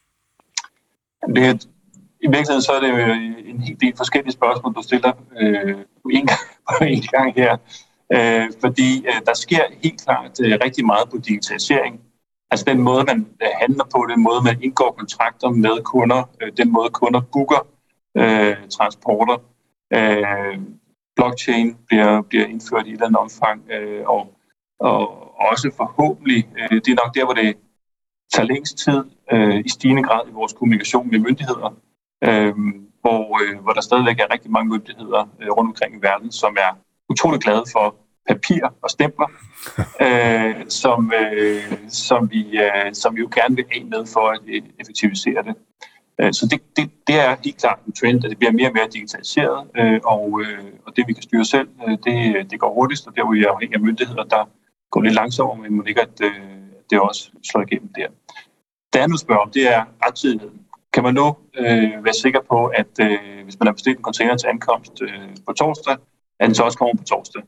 Det er, i virkeligheden så er det jo en helt del forskellige spørgsmål, du stiller øh, på en gang, på en gang her. Øh, fordi øh, der sker helt klart øh, rigtig meget på digitalisering. Altså den måde, man øh, handler på, den måde, man indgår kontrakter med kunder, øh, den måde, kunder booker øh, transporter. Øh, blockchain bliver, bliver indført i et eller andet omfang, øh, og, og også forhåbentlig, øh, det er nok der, hvor det tager længst tid øh, i stigende grad i vores kommunikation med myndigheder, øh, hvor, øh, hvor der stadigvæk er rigtig mange myndigheder øh, rundt omkring i verden, som er utrolig glade for papir og stempler, øh, som, øh, som, vi, øh, som vi jo gerne vil af med for at effektivisere det. Øh, så det, det, det er helt klart en trend, at det bliver mere og mere digitaliseret, øh, og, øh, og det vi kan styre selv, øh, det, det går hurtigst, og der hvor vi er afhængige af myndigheder, der går lidt langsommere, men må ikke, at øh, det også slår igennem der. Det andet spørgsmål om, det er rettidigheden. Kan man nu øh, være sikker på, at øh, hvis man har bestilt en container til ankomst øh, på torsdag, at den så også kommer på torsdag.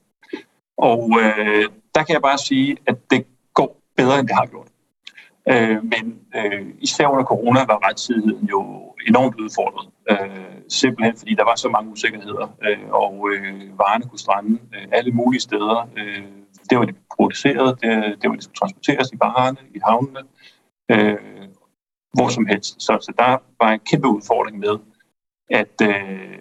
Og øh, der kan jeg bare sige, at det går bedre, end det har gjort. Øh, men øh, især under corona var rettidigheden jo enormt udfordret. Øh, simpelthen fordi der var så mange usikkerheder, øh, og øh, varerne kunne strande øh, alle mulige steder. Øh, det var de produceret, det, det var de skulle transporteres i varerne, i havnene, øh, hvor som helst. Så, så der var en kæmpe udfordring med, at øh,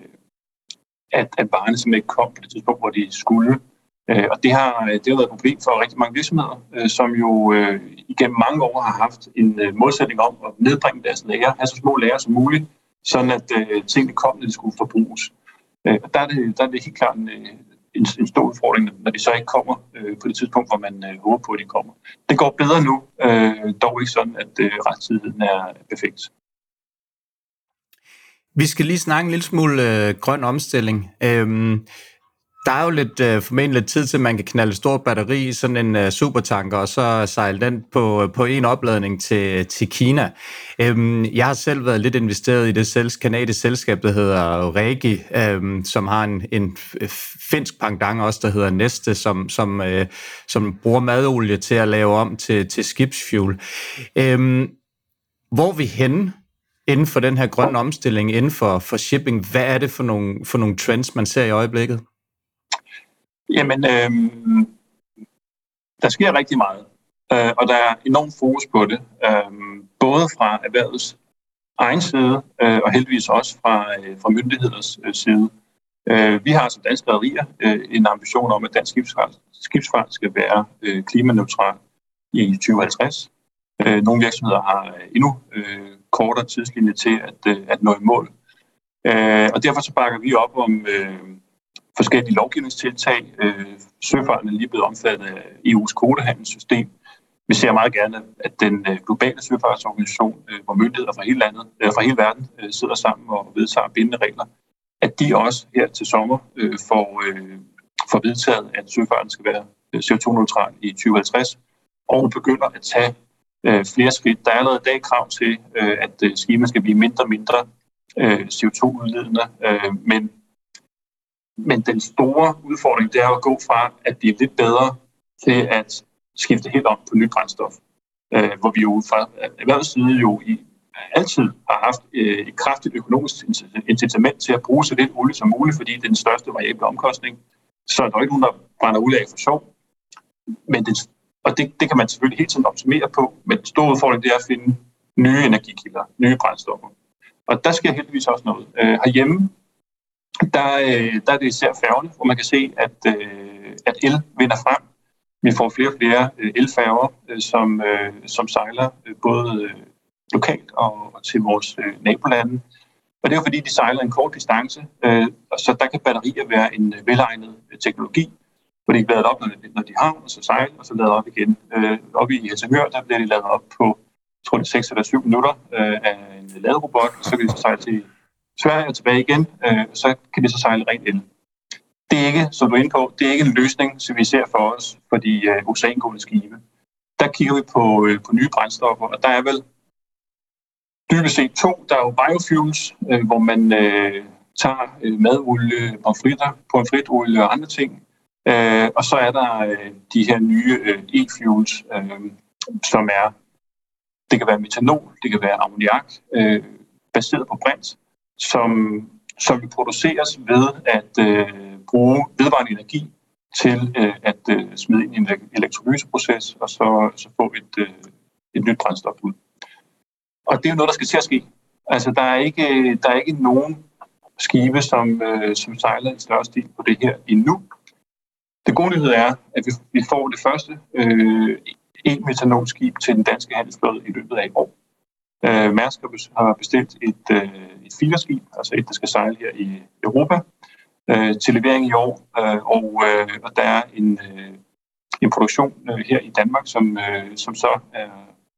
at, at varerne simpelthen ikke kom på det tidspunkt, hvor de skulle. Øh, og det har, det har været et problem for rigtig mange virksomheder, øh, som jo øh, igennem mange år har haft en øh, målsætning om at nedbringe deres lager, have så små lager som muligt, sådan at øh, tingene kom, når de skulle forbruges. Øh, og der er, det, der er det helt klart en, en, en stor udfordring, når de så ikke kommer øh, på det tidspunkt, hvor man øh, håber på, at de kommer. Det går bedre nu, øh, dog ikke sådan, at øh, rettidigheden er perfekt. Vi skal lige snakke en lille smule øh, grøn omstilling. Øhm, der er jo lidt øh, formentlig lidt tid til, at man kan knalde et stort batteri i sådan en øh, supertanker, og så sejle den på, på en opladning til, til Kina. Øhm, jeg har selv været lidt investeret i det selv, kanadiske selskab, der hedder Regi, øhm, som har en, en finsk pendant også, der hedder Neste, som, som, øh, som bruger madolie til at lave om til, til skibsfuel. Øhm, hvor er vi henne inden for den her grønne omstilling, inden for, for shipping? Hvad er det for nogle, for nogle trends, man ser i øjeblikket? Jamen, øh, der sker rigtig meget, øh, og der er enormt fokus på det, øh, både fra erhvervets egen side, øh, og heldigvis også fra, øh, fra myndigheders øh, side. Øh, vi har som danske rederier øh, en ambition om, at dansk skibsfart, skibsfart skal være øh, klimaneutral i tyve halvtreds. Øh, nogle virksomheder har endnu øh, kortere tidslinje til at, øh, at nå i mål. Øh, og derfor så bakker vi op om øh, forskellige lovgivningstiltag. Øh, søfarten er lige blevet omfattet af E U's kvotehandelssystem. Vi ser meget gerne, at den øh, globale søfartsorganisation, øh, hvor myndigheder fra hele, landet, øh, fra hele verden øh, sidder sammen og vedtager bindende regler, at de også her til sommer øh, får, øh, får vedtaget, at søfarten skal være C O to neutral i tyve halvtreds, og begynder at tage øh, flere skridt. Der er allerede i dag krav til, øh, at øh, skibene skal blive mindre og mindre øh, C O to udledende, øh, men, men den store udfordring, det er at gå fra at blive lidt bedre til at skifte helt om på nyt brændstof, øh, hvor vi jo fra erhvervets side jo i altid har haft øh, et kraftigt økonomisk incitament til at bruge så lidt olie som muligt, fordi det er den største variable omkostning. Så er der ikke nogen, der brænder olie af for sjov. Men det, og det, det kan man selvfølgelig hele tiden optimere på, men den store udfordring det er at finde nye energikilder, nye brændstoffer. Og der sker heldigvis også noget. Øh, herhjemme, der, øh, der er det især færgerne, hvor man kan se, at, øh, at el vinder frem. Vi får flere og flere øh, elfærger, øh, som, øh, som sejler øh, både øh, lokalt og, og til vores øh, nabolande. Og det er jo fordi, de sejler en kort distance, øh, og så der kan batterier være en øh, velegnet øh, teknologi, hvor de er ladet op, når de, når de havner, og så sejler, og så lader op igen. Øh, oppe i Helsingør, der bliver de ladet op på, jeg tror det er seks eller syv minutter øh, af en laderobot, og så kan de så sejle til Sverige og tilbage igen, øh, og så kan de så sejle rent el. Det er ikke, som du er inde på, det er ikke en løsning, som vi ser for os for de øh, oceangående skibe. Der kigger vi på, øh, på nye brændstoffer, og der er vel dybest set to. Der er jo biofuels, øh, hvor man øh, tager øh, madolie, pomfritter, pomfritolie og andre ting. Øh, og så er der øh, de her nye øh, e-fuels, øh, som er, det kan være metanol, det kan være ammoniak, øh, baseret på brint, som, som produceres ved at øh, bruge vedvarende energi til øh, at øh, smide ind i en elektrolyseproces, og så, så få et, øh, et nyt brændstof ud. Og det er jo noget, der skal til at ske. Altså, der er ikke, der er ikke nogen skibe, som, øh, som sejler i større stil på det her endnu. Det gode nyhed er, at vi, vi får det første øh, e-metanolskib til den danske handelsflåde i løbet af et år. Øh, Mærsk har bestilt et, øh, et filerskib, altså et, der skal sejle her i Europa, øh, til levering i år. Øh, og, øh, og der er en, øh, en produktion øh, her i Danmark, som, øh, som så er,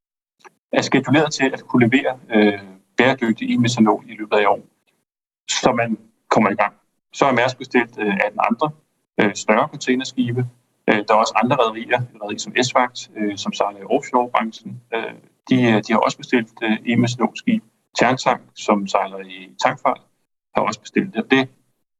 er skeduleret til at kunne levere øh, bæredygtig e-metanol i løbet af i år, så man kommer i gang. Så er Mærsk bestilt øh, atten andre øh, større containerskibe. Øh, der er også andre rederier, rederier som Esvagt, øh, som sejler i offshore-branchen. Øh, de, de har også bestilt øh, e-metanolskib. Terntank, som sejler i tankfart, har også bestilt det. det.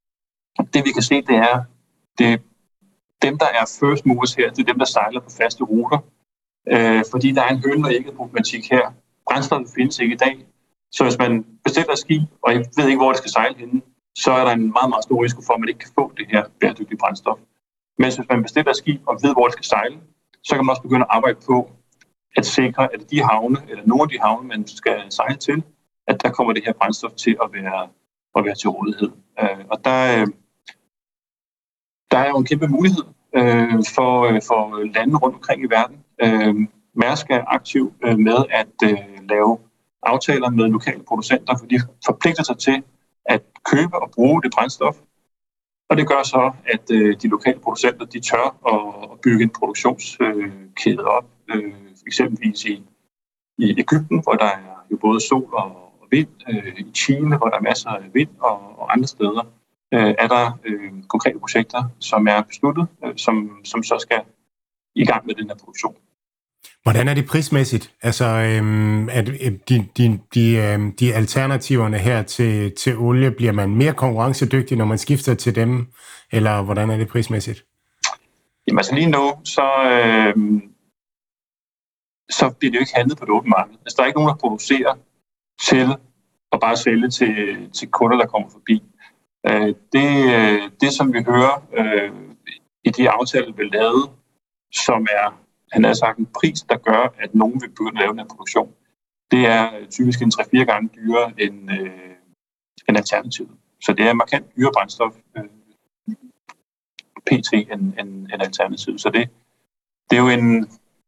Det vi kan se, det er, det dem, der er first movers her, det er dem, der sejler på faste ruter. Øh, fordi der er en høne og ægget problematik her. Brændstoffet findes ikke i dag. Så hvis man bestiller et skib, og jeg ved ikke, hvor det skal sejle henne, så er der en meget, meget stor risiko for, at man ikke kan få det her bæredygtige brændstof. Men hvis man bestiller et skib og ved, hvor det skal sejle, så kan man også begynde at arbejde på at sikre, at de havne, eller nogle af de havne, man skal sejle til, at der kommer det her brændstof til at være, at være til rådighed. Øh, og der, øh, der er jo en kæmpe mulighed øh, for, øh, for lande rundt omkring i verden. Øh, Mærsk er aktiv øh, med at øh, lave aftaler med lokale producenter, for de forpligter sig til at købe og bruge det brændstof. Og det gør så, at øh, de lokale producenter de tør at, at bygge en produktionskæde op. Øh, eksempelvis i, i Egypten, hvor der er jo både sol og, og vind. Øh, I Chile, hvor der er masser af vind, og, og andre steder øh, er der øh, konkrete projekter, som er besluttet, øh, som, som så skal i gang med den her produktion. Hvordan er det prismæssigt? Altså, øhm, at de, de, de, øhm, de alternativerne her til, til olie, bliver man mere konkurrencedygtig, når man skifter til dem, eller hvordan er det prismæssigt? Jamen altså lige nu, så, øhm, så bliver det jo ikke handlet på det åbne marked. Altså der er ikke nogen, der producerer til at bare sælge til, til kunder, der kommer forbi. Øh, det, det, som vi hører øh, i de aftaler, vi lavede, som er han har sagt en pris, der gør, at nogen vil begynde at lave den produktion. Det er typisk en tre fire gange dyrere end, øh, end alternativet. så det er markant dyrere brændstof øh, P T end, end, end alternativet. Så det, det er jo en...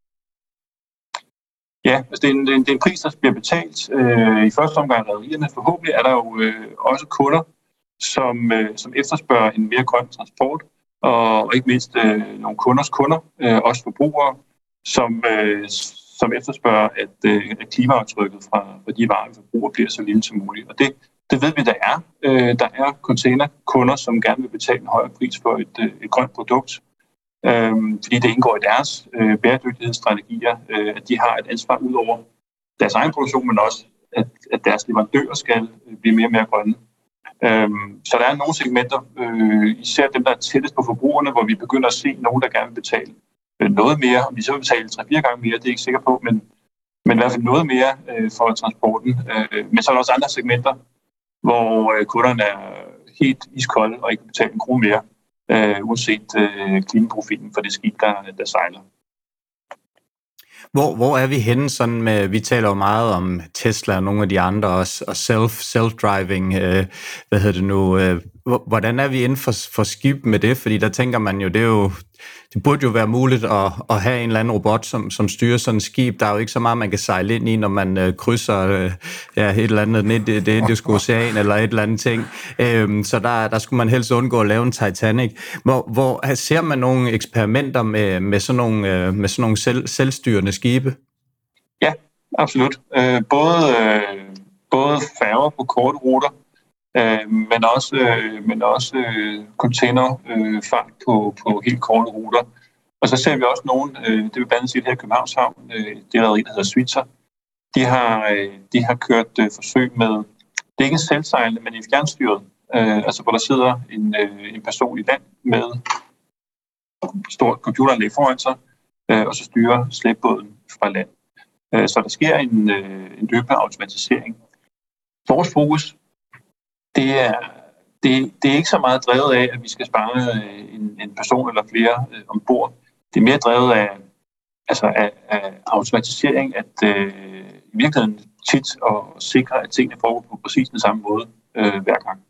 Ja, altså det, er en, det, er en, det er en pris, der bliver betalt øh, i første omgang af rederierne. Forhåbentlig er der jo øh, også kunder, som, øh, som efterspørger en mere grøn transport, og, og ikke mindst øh, nogle kunders kunder, øh, også forbrugere, som, øh, som efterspørger, at, øh, at klimaaftrykket fra, fra de varer, vi forbruger, bliver så lille som muligt. Og det, det ved vi, der er. Øh, der er containerkunder, som gerne vil betale en højere pris for et, øh, et grønt produkt, øh, fordi det indgår i deres øh, bæredygtighedsstrategier, øh, at de har et ansvar ud over deres egen produktion, men også, at, at deres leverandører skal blive mere og mere grønne. Øhm, så der er nogle segmenter, øh, især dem, der er tættest på forbrugerne, hvor vi begynder at se nogen, der gerne vil betale øh, noget mere. Om vi så vil betale tre-fire gange mere, det er jeg ikke sikker på, men, men i hvert fald noget mere øh, for transporten. Øh, men så er der også andre segmenter, hvor øh, kunderne er helt iskolde og ikke betaler en krone mere, øh, uanset øh, klimaprofilen for det skib, der, der sejler. Hvor, hvor er vi henne sådan med, vi taler jo meget om Tesla og nogle af de andre også, og self, self-driving, øh, hvad hedder det nu, øh, hvordan er vi inden for, for skib med det? Fordi der tænker man jo, det er jo, det burde jo være muligt at, at have en eller anden robot, som, som styrer sådan et skib. Der er jo ikke så meget, man kan sejle ind i, når man øh, krydser øh, ja, et eller andet, det, det, det indiske ocean eller et eller andet ting. Øhm, så der, der skulle man helst undgå at lave en Titanic. Hvor, hvor ser man nogle eksperimenter med, med sådan nogle, øh, med sådan nogle selv, selvstyrende skibe? Ja, absolut. Øh, både, øh, både færger på korte ruter, Øh, men også, øh, men også øh, containerfart øh, på, på helt korte ruter. Og så ser vi også nogen, øh, det vil blandt andet sige her i Københavns Havn, øh, det rederi, der hedder Svitzer. De har, øh, de har kørt øh, forsøg med, det er ikke selvsejlende, men i fjernstyret. Øh, altså hvor der sidder en, øh, en person i land med et stort computeranlæg foran sig, øh, og så styrer slæbbåden fra land. Øh, så der sker en, øh, en løbende automatisering. Vores fokus, Det er, det, det er ikke så meget drevet af, at vi skal spare en, en person eller flere øh, ombord. Det er mere drevet af, altså af, af automatisering, at øh, i virkeligheden tit at sikre, at tingene foregår på præcis den samme måde øh, hver gang.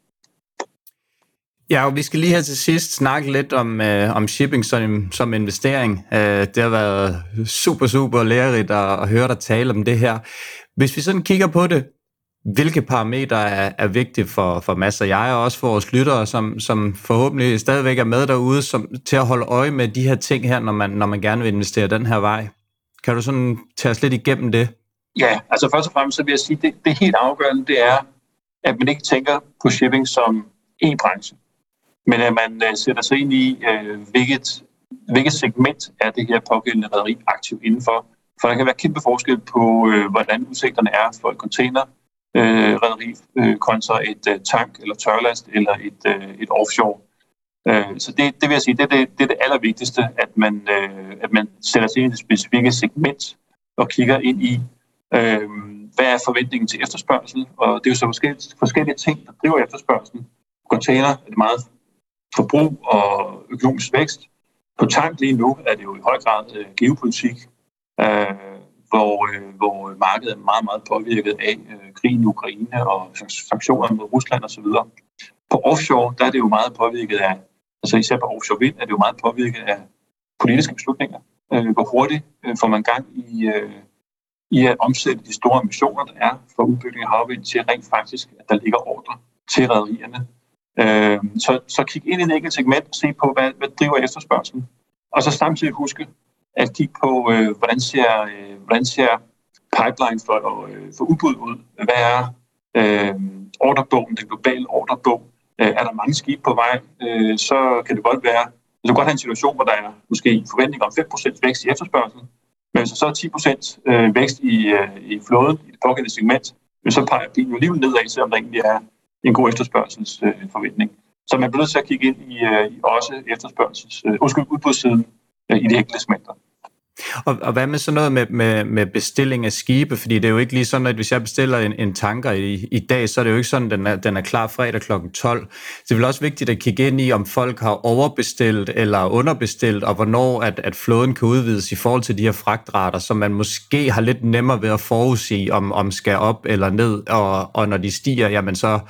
Ja, og vi skal lige her til sidst snakke lidt om, øh, om shipping som, som investering. Øh, det har været super, super lærerigt at, at høre dig tale om det her. Hvis vi sådan kigger på det, hvilke parametre er, er vigtige for, for Mads og jeg, og også for vores lyttere, som, som forhåbentlig stadigvæk er med derude, som, til at holde øje med de her ting her, når man, når man gerne vil investere den her vej? Kan du sådan tage os lidt igennem det? Ja, altså først og fremmest så vil jeg sige, det, det helt afgørende, det er, at man ikke tænker på shipping som en branche, men at man uh, sætter sig ind i, uh, hvilket, hvilket segment er det her pågældende rederi aktivt indenfor. For der kan være kæmpe forskel på, uh, hvordan udsigterne er for et container, Øh, rederi øh, kontra et øh, tank eller tørlast eller et, øh, et offshore. Øh, så det, det vil jeg sige, det er det, det er det allervigtigste, at man, øh, at man sætter sig ind i det specifikke segment og kigger ind i, øh, hvad er forventningen til efterspørgsel, og det er jo så forskellige, forskellige ting, der driver efterspørgselen. Container er det meget forbrug og økonomisk vækst. På tank lige nu er det jo i høj grad øh, geopolitik, øh, Hvor, øh, hvor markedet er meget, meget påvirket af øh, krigen i Ukraine og sanktioner mod Rusland osv. På offshore, der er det jo meget påvirket af, altså især på offshore vind, er det jo meget påvirket af politiske beslutninger. Øh, hvor hurtigt øh, får man gang i, øh, i at omsætte de store ambitioner, der er for udbygning af havvind, til rent faktisk, at der ligger ordre til rederierne. Øh, så, så kig ind i et enkelt segment og se på, hvad, hvad driver efterspørgselen. Og så samtidig huske, at kigge på, øh, hvordan, ser, øh, hvordan ser pipeline for, øh, for udbud ud. Hvad er øh, ordrebogen, den globale ordrebog? Øh, er der mange skibe på vej, øh, så kan det godt være, det kan godt have en situation, hvor der er måske en forventning om fem procent vækst i efterspørgselen, men hvis der så er ti procent øh, vækst i, øh, i flåden, i det pågældende segment, så peger bilen jo alligevel nedad, selvom der egentlig er en god efterspørgselsforventning. Øh, så man bliver nødt til at kigge ind i, øh, i også efterspørgsels, øh, undskyld, udbudssiden øh, i de enkelte segmenter. Og, og hvad med sådan noget med, med, med bestilling af skibe? Fordi det er jo ikke lige sådan, at hvis jeg bestiller en, en tanker i, i dag, så er det jo ikke sådan, at den er, den er klar fredag klokken tolv. Det er vel også vigtigt at kigge ind i, om folk har overbestilt eller underbestilt, og hvornår at, at flåden kan udvides i forhold til de her fragtrater, så man måske har lidt nemmere ved at forudsige, om, om skal op eller ned, og, og når de stiger, jamen så,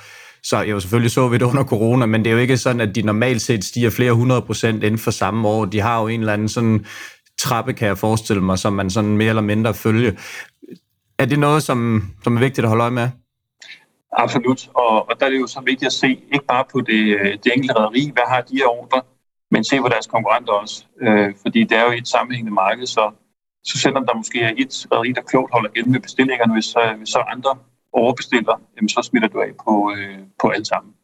Så jo, selvfølgelig så vi det under corona, men det er jo ikke sådan, at de normalt set stiger flere hundrede procent inden for samme år. De har jo en eller anden sådan trappe, kan jeg forestille mig, som man sådan mere eller mindre følger. Er det noget, som, som er vigtigt at holde øje med? Absolut, og, og der er det jo så vigtigt at se, ikke bare på det, det enkelte rederi, hvad har de her ordre, men se på deres konkurrenter også. Øh, fordi det er jo et sammenhængende marked, så, så selvom der måske er et rederi, der klogt holder igen med bestillingerne, hvis, hvis så andre overbestiller, jamen, så smitter du af på, øh, på alt sammen.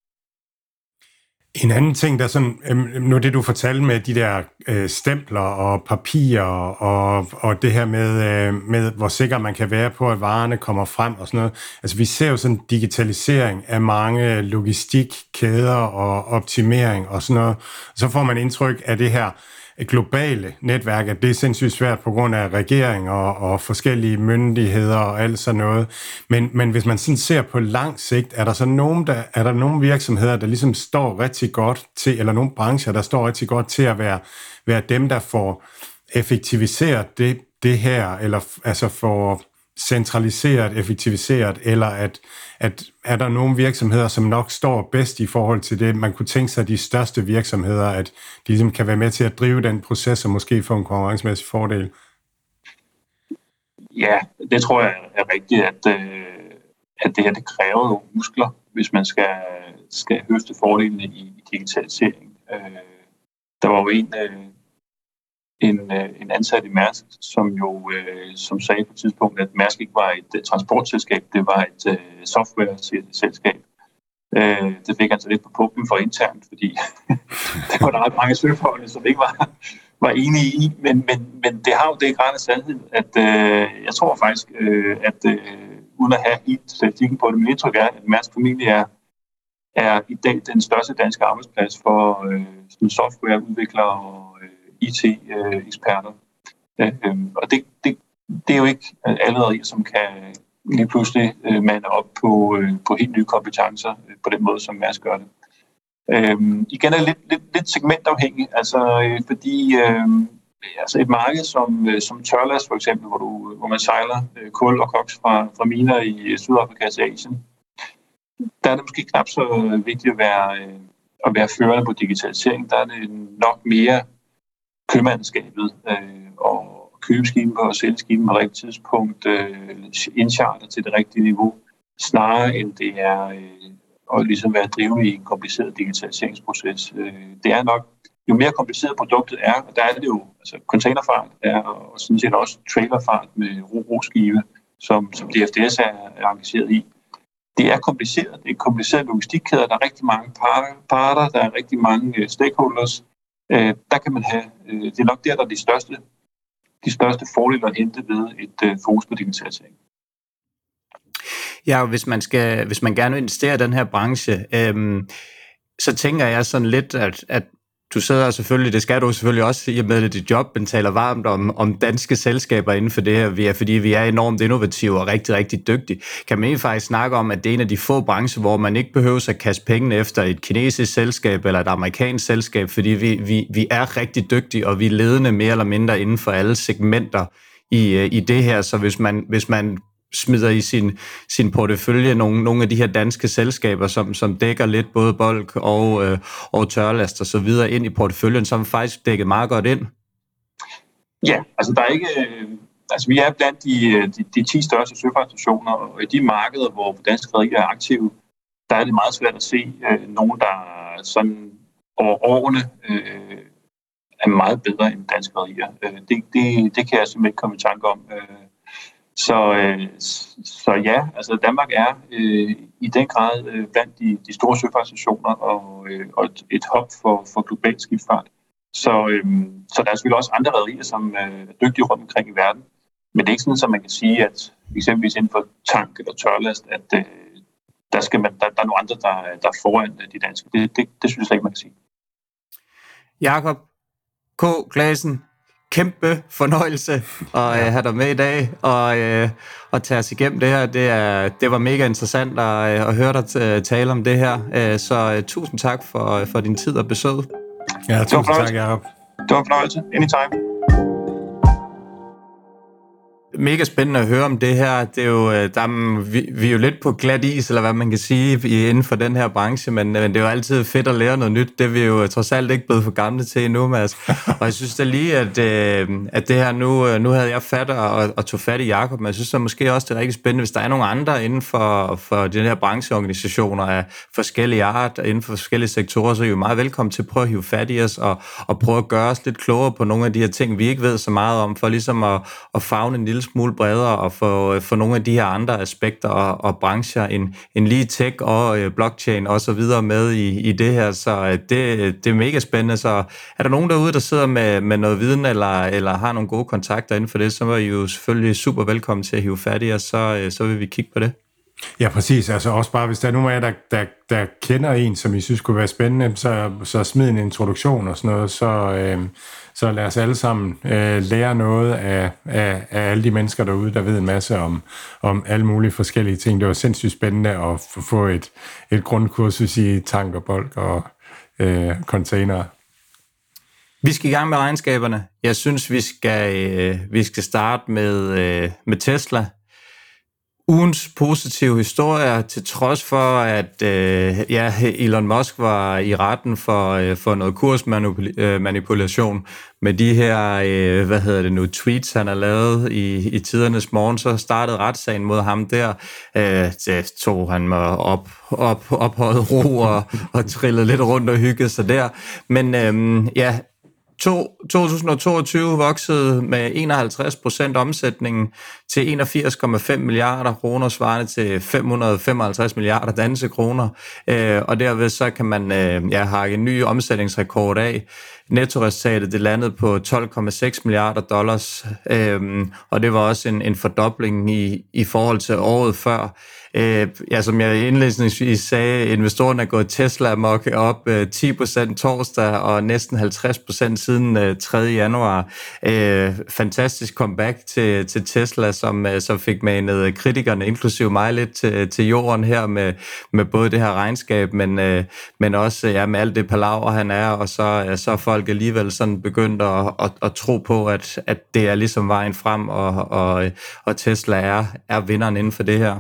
En anden ting, der sådan, nu det du fortalte med de der øh, stempler og papirer og, og det her med, øh, med, hvor sikker man kan være på, at varerne kommer frem og sådan noget. Altså vi ser jo sådan en digitalisering af mange logistikkæder og optimering og sådan noget. Så får man indtryk af det her globale netværk, at det er sindssygt svært på grund af regering og, og forskellige myndigheder og alt sådan noget. Men, men hvis man sådan ser på lang sigt, er der så nogen, der, er der nogle virksomheder, der ligesom står rigtig godt til, eller nogle brancher, der står rigtig godt til at være, være dem, der får effektiviseret det, det her, eller altså får centraliseret, effektiviseret, eller at, at er der nogle virksomheder, som nok står bedst i forhold til det, man kunne tænke sig de største virksomheder, at de ligesom kan være med til at drive den proces, og måske få en konkurrencemæssig fordel? Ja, det tror jeg er rigtigt, at, at det her, det kræver jo muskler, hvis man skal, skal høste fordelene i digitalisering. Der var jo en En, en ansat i Mærsk, som jo øh, som sagde på et tidspunkt, at Mærsk ikke var et uh, transportselskab, det var et uh, software-selskab. Øh, det fik han så lidt på pumpen for internt, fordi der var der ret mange søfolk, som ikke var, var enige i, men, men, men det har jo det grad af sandhed, at øh, jeg tror faktisk, øh, at øh, uden at have helt statistikken på det, men indtryk er, at Mærsk familie er, er i dag den største danske arbejdsplads for øh, softwareudviklere og I T-eksperter. Øh, og det, det, det er jo ikke allerede, som kan lige pludselig øh, mande op på, øh, på helt nye kompetencer øh, på den måde, som Mærsk gør det. Øh, igen er det lidt, lidt, lidt segmentafhængigt, altså, øh, fordi øh, altså et marked som, øh, som tørlast for eksempel, hvor, du, hvor man sejler øh, kul og koks fra, fra miner i Sydafrika til Asien, der er det måske knap så vigtigt at være, øh, at være førende på digitalisering. Der er det nok mere købmandskabet øh, og købe skiben på og sælge skiben på rigtigt tidspunkt, øh, indcharter til det rigtige niveau, snarere end det er øh, at ligesom være drivende i en kompliceret digitaliseringsproces. Øh, det er nok, jo mere kompliceret produktet er, og der er det jo, altså containerfart er, og sådan set også trailerfart med ro-ro-skibe, som, som D F D S er, er engageret i. Det er kompliceret, det er kompliceret logistikkæder, der er rigtig mange parter, parter der er rigtig mange uh, stakeholders. Uh, der kan man have, uh, det er nok der, der er de største, de største fordele at hente ved et uh, fokus på digitalisering. Ja, og hvis man, skal, hvis man gerne vil investere i den her branche, øhm, så tænker jeg sådan lidt, at, at du sidder selvfølgelig, det skal du selvfølgelig også i med dit job, men taler varmt om, om danske selskaber inden for det her, vi er, fordi vi er enormt innovative og rigtig, rigtig dygtige. Kan man egentlig faktisk snakke om, at det er en af de få brancher, hvor man ikke behøver at kaste pengene efter et kinesisk selskab eller et amerikansk selskab, fordi vi, vi, vi er rigtig dygtige, og vi er ledende mere eller mindre inden for alle segmenter i, i det her, så hvis man, hvis man smider i sin, sin portefølje nogle, nogle af de her danske selskaber, som, som dækker lidt både bulk og, øh, og tørlast og så videre ind i porteføljen, som faktisk dækker meget godt ind? Ja, altså der er ikke, øh, altså vi er blandt de, de, de ti største søfartsstationer, og i de markeder, hvor danske rederier er aktive, der er det meget svært at se øh, nogen, der sådan over årene øh, er meget bedre end danske rederier. Øh, det, det, det kan jeg simpelthen ikke komme i tanke om. Øh, Så, øh, så ja, altså Danmark er øh, i den grad øh, blandt de, de store søfartsstationer og, øh, og et, et hop for, for global skibsfart. Så, øh, så der er selvfølgelig også andre rederier, som øh, er dygtige rundt omkring i verden. Men det er ikke sådan, at man kan sige, at eksempelvis inden for tank eller tørlast, at øh, der, skal man, der, der er nogle andre, der, der er foran de danske. Det, det, det synes jeg ikke, man kan sige. Jakob K. Claessen, kæmpe fornøjelse at ja. have dig med i dag og, øh, og tage os igennem det her. Det, er, det var mega interessant at, at høre dig t- tale om det her. Så uh, tusind tak for, for din tid og besøg. Ja, tusind tak, Jacob. Det var en fornøjelse. Anytime. mega spændende at høre om det her. Det er jo, der er, vi, vi er jo lidt på glat is, eller hvad man kan sige, inden for den her branche, men, men det er jo altid fedt at lære noget nyt. Det er vi jo trods alt ikke blevet for gamle til endnu, Mads. Og jeg synes da lige, at, at det her nu, nu havde jeg fat og, og tog fat i Jakob, men jeg synes da måske også, det er rigtig spændende, hvis der er nogle andre inden for, for de her brancheorganisationer af forskellige art, inden for forskellige sektorer, så er I jo meget velkommen til at prøve at hive fat i os og, og prøve at gøre os lidt klogere på nogle af de her ting, vi ikke ved så meget om, for ligesom at, at favne en lille smule bredere og få, få nogle af de her andre aspekter og, og brancher end, end lige tech og øh, blockchain og så videre med i, i det her, så øh, det, det er mega spændende. Så er der nogen derude, der sidder med, med noget viden eller, eller har nogle gode kontakter inden for det, så er I jo selvfølgelig super velkommen til at hive fat i os, så, øh, så vil vi kigge på det. Ja, præcis. Altså også bare, hvis der er nogen af jer, der, der, der kender en, som I synes kunne være spændende, så, så smid en introduktion og sådan noget, så, øh, så lad os alle sammen øh, lære noget af, af, af alle de mennesker derude, der ved en masse om, om alle mulige forskellige ting. Det var sindssygt spændende at få et, et grundkursus i tank og bulk og øh, container. Vi skal i gang med regnskaberne. Jeg synes, vi skal, øh, vi skal starte med, øh, med Tesla. Ugens positive historier, til trods for, at øh, ja, Elon Musk var i retten for, øh, for noget kursmanipulation med de her, øh, hvad hedder det nu, tweets, han har lavet i, i tidernes morgen, så startede retssagen mod ham der. Øh, det tog han mig op, op, ophøjet ro og, og trillede lidt rundt og hyggede sig der. Men øh, ja, to tusind toogtyve voksede med enoghalvtreds procent omsætningen til enogfirs komma fem milliarder kroner, svarende til fem hundrede og femoghalvtreds milliarder danske kroner. Øh, og derved så kan man øh, ja, hakke en ny omsætningsrekord af. Nettoresultatet det landede på tolv komma seks milliarder dollars, øh, og det var også en, en fordobling i, i forhold til året før. Øh, ja, som jeg indledningsvis sagde, investorerne er gået Tesla amok op øh, ti procent torsdag og næsten halvtreds procent siden øh, tredje januar. Øh, fantastisk comeback til, til Tesla, som, øh, som fik manet kritikerne, inklusive mig, lidt til, til jorden her med, med både det her regnskab, men, øh, men også ja, med alt det palaver, han er, og så, øh, så er folk alligevel sådan begyndt at, at, at tro på, at, at det er ligesom vejen frem, og, og, og Tesla er, er vinderen inden for det her.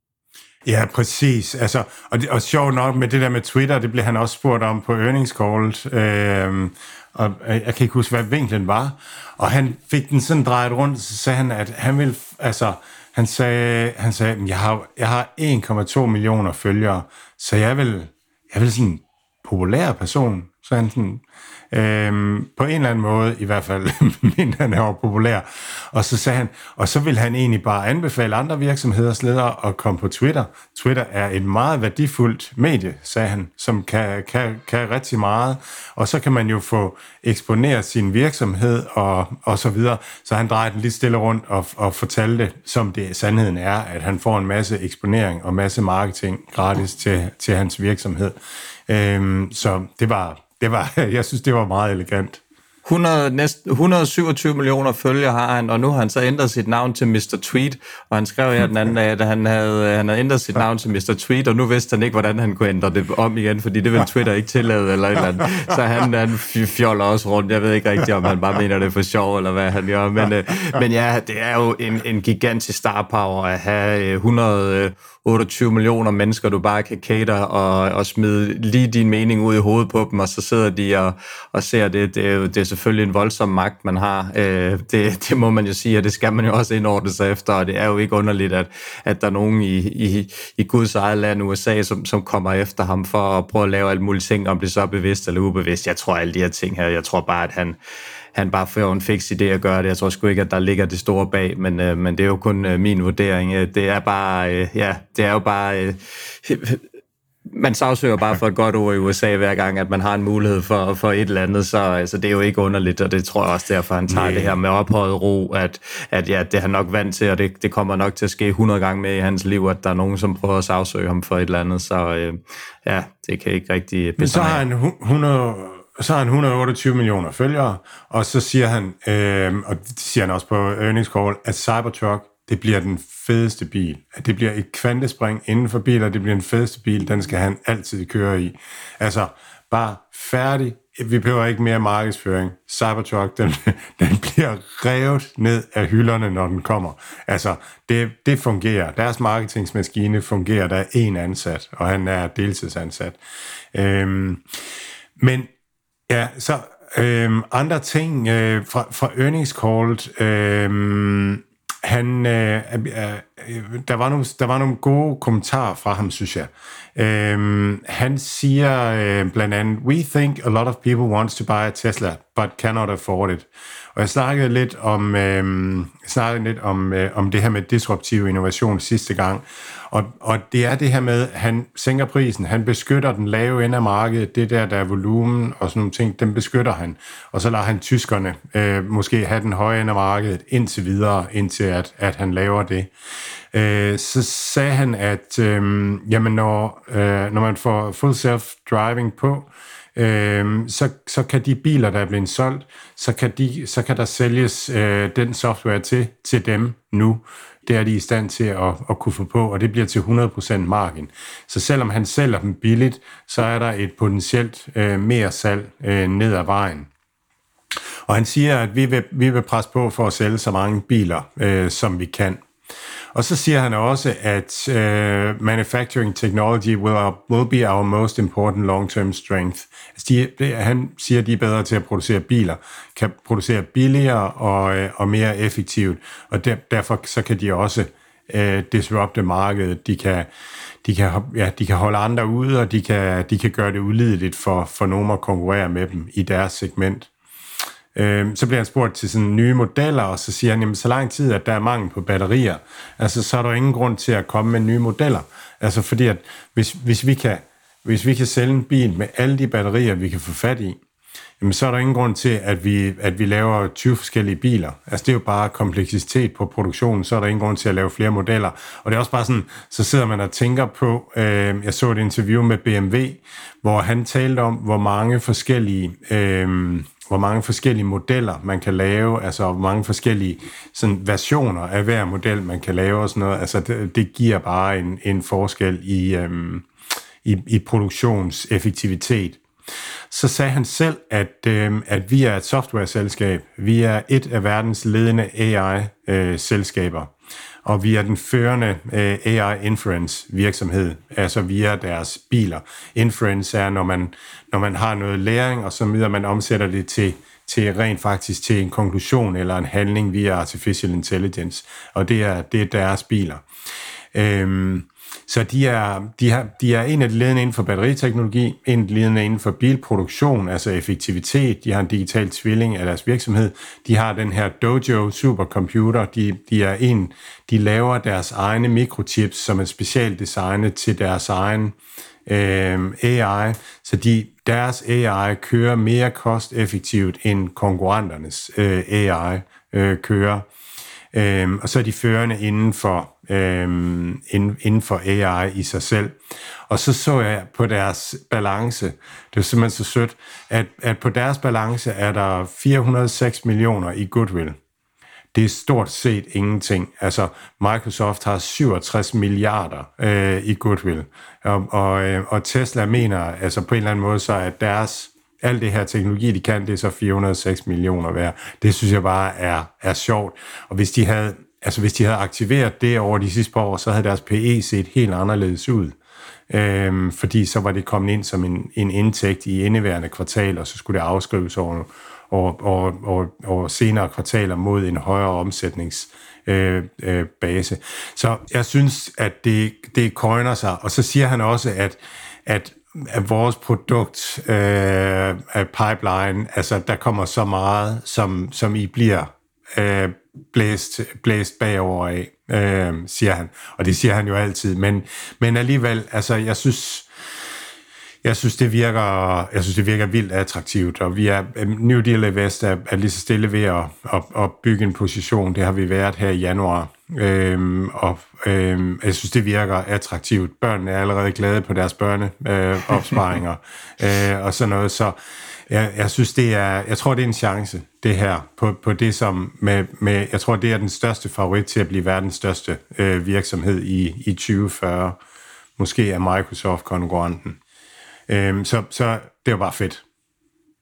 Ja, præcis. Altså, og, det, og sjovt nok med det der med Twitter, det blev han også spurgt om på earnings callet, øh, og jeg kan ikke huske, hvad vinklen var, og han fik den sådan drejet rundt, så sagde han, at han ville, altså, han sagde, han sagde, jeg har, jeg har en komma to millioner følgere, så jeg vil, jeg vil sådan en populær person, så han sådan, Øhm, på en eller anden måde, i hvert fald, mindre han er populær. Og så sagde han, og så vil han egentlig bare anbefale andre virksomheders ledere at komme på Twitter. Twitter er et meget værdifuldt medie, sagde han, som kan, kan, kan rigtig meget. Og så kan man jo få eksponeret sin virksomhed og, og så videre. Så han drejede den lidt stille rundt og, og fortalte, som det sandheden er, at han får en masse eksponering og masse marketing gratis til, til hans virksomhed. Øhm, så det var... Det var, jeg synes, det var meget elegant. hundrede, næsten, et hundrede og syvogtyve millioner følgere har han, og nu har han så ændret sit navn til mister Tweet, og han skrev her den anden dag, at han havde, han havde ændret sit navn til mister Tweet, og nu vidste han ikke, hvordan han kunne ændre det om igen, fordi det vil Twitter ikke tillade, eller et eller andet. Så han, han fjoller også rundt. Jeg ved ikke rigtig, om han bare mener det for sjov, eller hvad han gør, men, men ja, det er jo en, en gigantisk star power at have et hundrede og otteogtyve millioner mennesker, du bare kan cater og, og smide lige din mening ud i hovedet på dem, og så sidder de og, og ser det. Det er, jo, det er selvfølgelig en voldsom magt, man har. Øh, det, det må man jo sige, og det skal man jo også indordne sig efter, og det er jo ikke underligt, at, at der er nogen i, i, i Guds eget land, U S A, som, som kommer efter ham for at prøve at lave alle mulige ting, om det så er bevidst eller ubevidst. Jeg tror alle de her ting her, jeg tror bare, at han han bare får en fix idé at gøre det. Jeg tror sgu ikke, at der ligger det store bag, men, øh, men det er jo kun øh, min vurdering. Det er bare, øh, ja, det er jo bare... Øh, man sagsøger bare for et godt ord i U S A hver gang, at man har en mulighed for, for et eller andet, så altså, det er jo ikke underligt, og det tror jeg også derfor, han tager Nej. det her med ophøjet ro, at, at ja, det er han nok vant til, og det, det kommer nok til at ske hundrede gange med i hans liv, at der er nogen, som prøver at sagsøge ham for et eller andet, så øh, ja, det kan ikke rigtig... Men så har han hundrede... Så har han et hundrede og otteogtyve millioner følgere, og så siger han, øh, og det siger han også på earnings call, at Cybertruck, det bliver den fedeste bil. At det bliver et kvantespring inden for biler, det bliver den fedeste bil, den skal han altid køre i. Altså, bare færdig vi behøver ikke mere markedsføring. Cybertruck, den, den bliver revet ned af hylderne, når den kommer. Altså, det, det fungerer. Deres marketingsmaskine fungerer. Der er én ansat, og han er deltidsansat. Øhm, men ja, så øhm, andre ting øh, fra, fra earnings callet. Øh, han, øh, øh, der, var nogle, der var nogle gode kommentarer fra ham, synes jeg. Øh, han siger øh, blandt andet, "We think a lot of people wants to buy a Tesla, but cannot afford it." Og jeg snakkede lidt om, øh, jeg snakkede lidt om, øh, om det her med disruptiv innovation sidste gang. Og, og det er det her med, at han sænker prisen, han beskytter den lave ende af markedet, det der, der er volumen og sådan nogle ting, dem beskytter han. Og så lader han tyskerne øh, måske have den høje ende af markedet indtil videre, indtil at, at han laver det. Øh, så sagde han, at øh, jamen når, øh, når man får full self-driving på, øh, så, så kan de biler, der er blevet solgt, så kan, de, så kan der sælges øh, den software til, til dem nu. Det er de i stand til at, at kunne få på, og det bliver til hundrede procent margin. Så selvom han sælger dem billigt, så er der et potentielt øh, mere salg øh, ned ad vejen. Og han siger, at vi vil, vi vil presse på for at sælge så mange biler, øh, som vi kan. Og så siger han også, at uh, manufacturing technology will, will be our most important long-term strength. Altså de, det, han siger, at de er bedre til at producere biler, kan producere billigere og, og mere effektivt, og der, derfor så kan de også uh, disrupte markedet. De kan, de, kan, ja, de kan holde andre ude, og de kan, de kan gøre det ulideligt for, for nogen at konkurrere med dem i deres segment. Så bliver han spurgt til sådan nye modeller, og så siger han, jamen så lang tid, at der er mangel på batterier, altså så er der ingen grund til at komme med nye modeller. Altså fordi, at hvis, hvis, vi kan, hvis vi kan sælge en bil med alle de batterier, vi kan få fat i, jamen så er der ingen grund til, at vi, at vi laver tyve forskellige biler. Altså det er jo bare kompleksitet på produktionen, så er der ingen grund til at lave flere modeller. Og det er også bare sådan, så sidder man og tænker på, øh, jeg så et interview med B M W, hvor han talte om, hvor mange forskellige... Øh, hvor mange forskellige modeller man kan lave, altså hvor mange forskellige sådan, versioner af hver model, man kan lave og sådan noget. Altså det, det giver bare en, en forskel i, øhm, i, i produktionseffektivitet. Så sagde han selv, at, øhm, at vi er et software-selskab. Vi er et af verdens ledende A I-selskaber. Og vi er den førende øh, A I inference virksomhed, altså via deres biler. Inference er, når man, når man har noget læring, og så videre man omsætter det til, til rent faktisk til en konklusion eller en handling via artificial intelligence. Og det er, det er deres biler. Øhm, Så de er, de, har, de er en af de ledende inden for batteriteknologi, en af de ledende inden for bilproduktion, altså effektivitet. De har en digital tvilling af deres virksomhed. De har den her Dojo supercomputer. De, de, er en, de laver deres egne mikrochips, som er specielt designet til deres egen øh, A I. Så de, deres A I kører mere kosteffektivt end konkurrenternes øh, A I øh, kører. Øhm, og så er de førende inden for, øhm, inden, inden for A I i sig selv. Og så så jeg på deres balance, det er simpelthen så sødt, at, at på deres balance er der fire hundrede og seks millioner i goodwill. Det er stort set ingenting. Altså Microsoft har syvogtres milliarder øh, i goodwill. Og, og, øh, og Tesla mener altså på en eller anden måde så, at deres alt det her teknologi, de kan, det er så fire hundrede og seks millioner værd. Det synes jeg bare er, er sjovt. Og hvis de havde, altså hvis de havde aktiveret det over de sidste par år, så havde deres P E set helt anderledes ud. Øhm, fordi så var det kommet ind som en, en indtægt i indeværende kvartal, og så skulle det afskrives over, over, over, over, over senere kvartaler mod en højere omsætnings øh, øh, base. Så jeg synes, at det, det coiner sig. Og så siger han også, at, at af vores produkt øh, af pipeline, altså der kommer så meget, som, som I bliver øh, blæst, blæst bagover af, øh, siger han. Og det siger han jo altid, men, men alligevel, altså jeg synes, jeg synes, det virker, jeg synes, det virker vildt attraktivt, og vi er, New Deal Invest er, er lige så stille ved at, at, at bygge en position. Det har vi været her i januar, øhm, og øhm, jeg synes, det virker attraktivt. Børnene er allerede glade på deres børneopsparinger, øh, øh, og sådan noget, så jeg, jeg synes, det er, jeg tror, det er en chance, det her, på, på det som, med, med, jeg tror, det er den største favorit til at blive verdens største øh, virksomhed i, i tyve fyrre. Måske er Microsoft konkurrenten. Øhm, så, så det var bare fedt.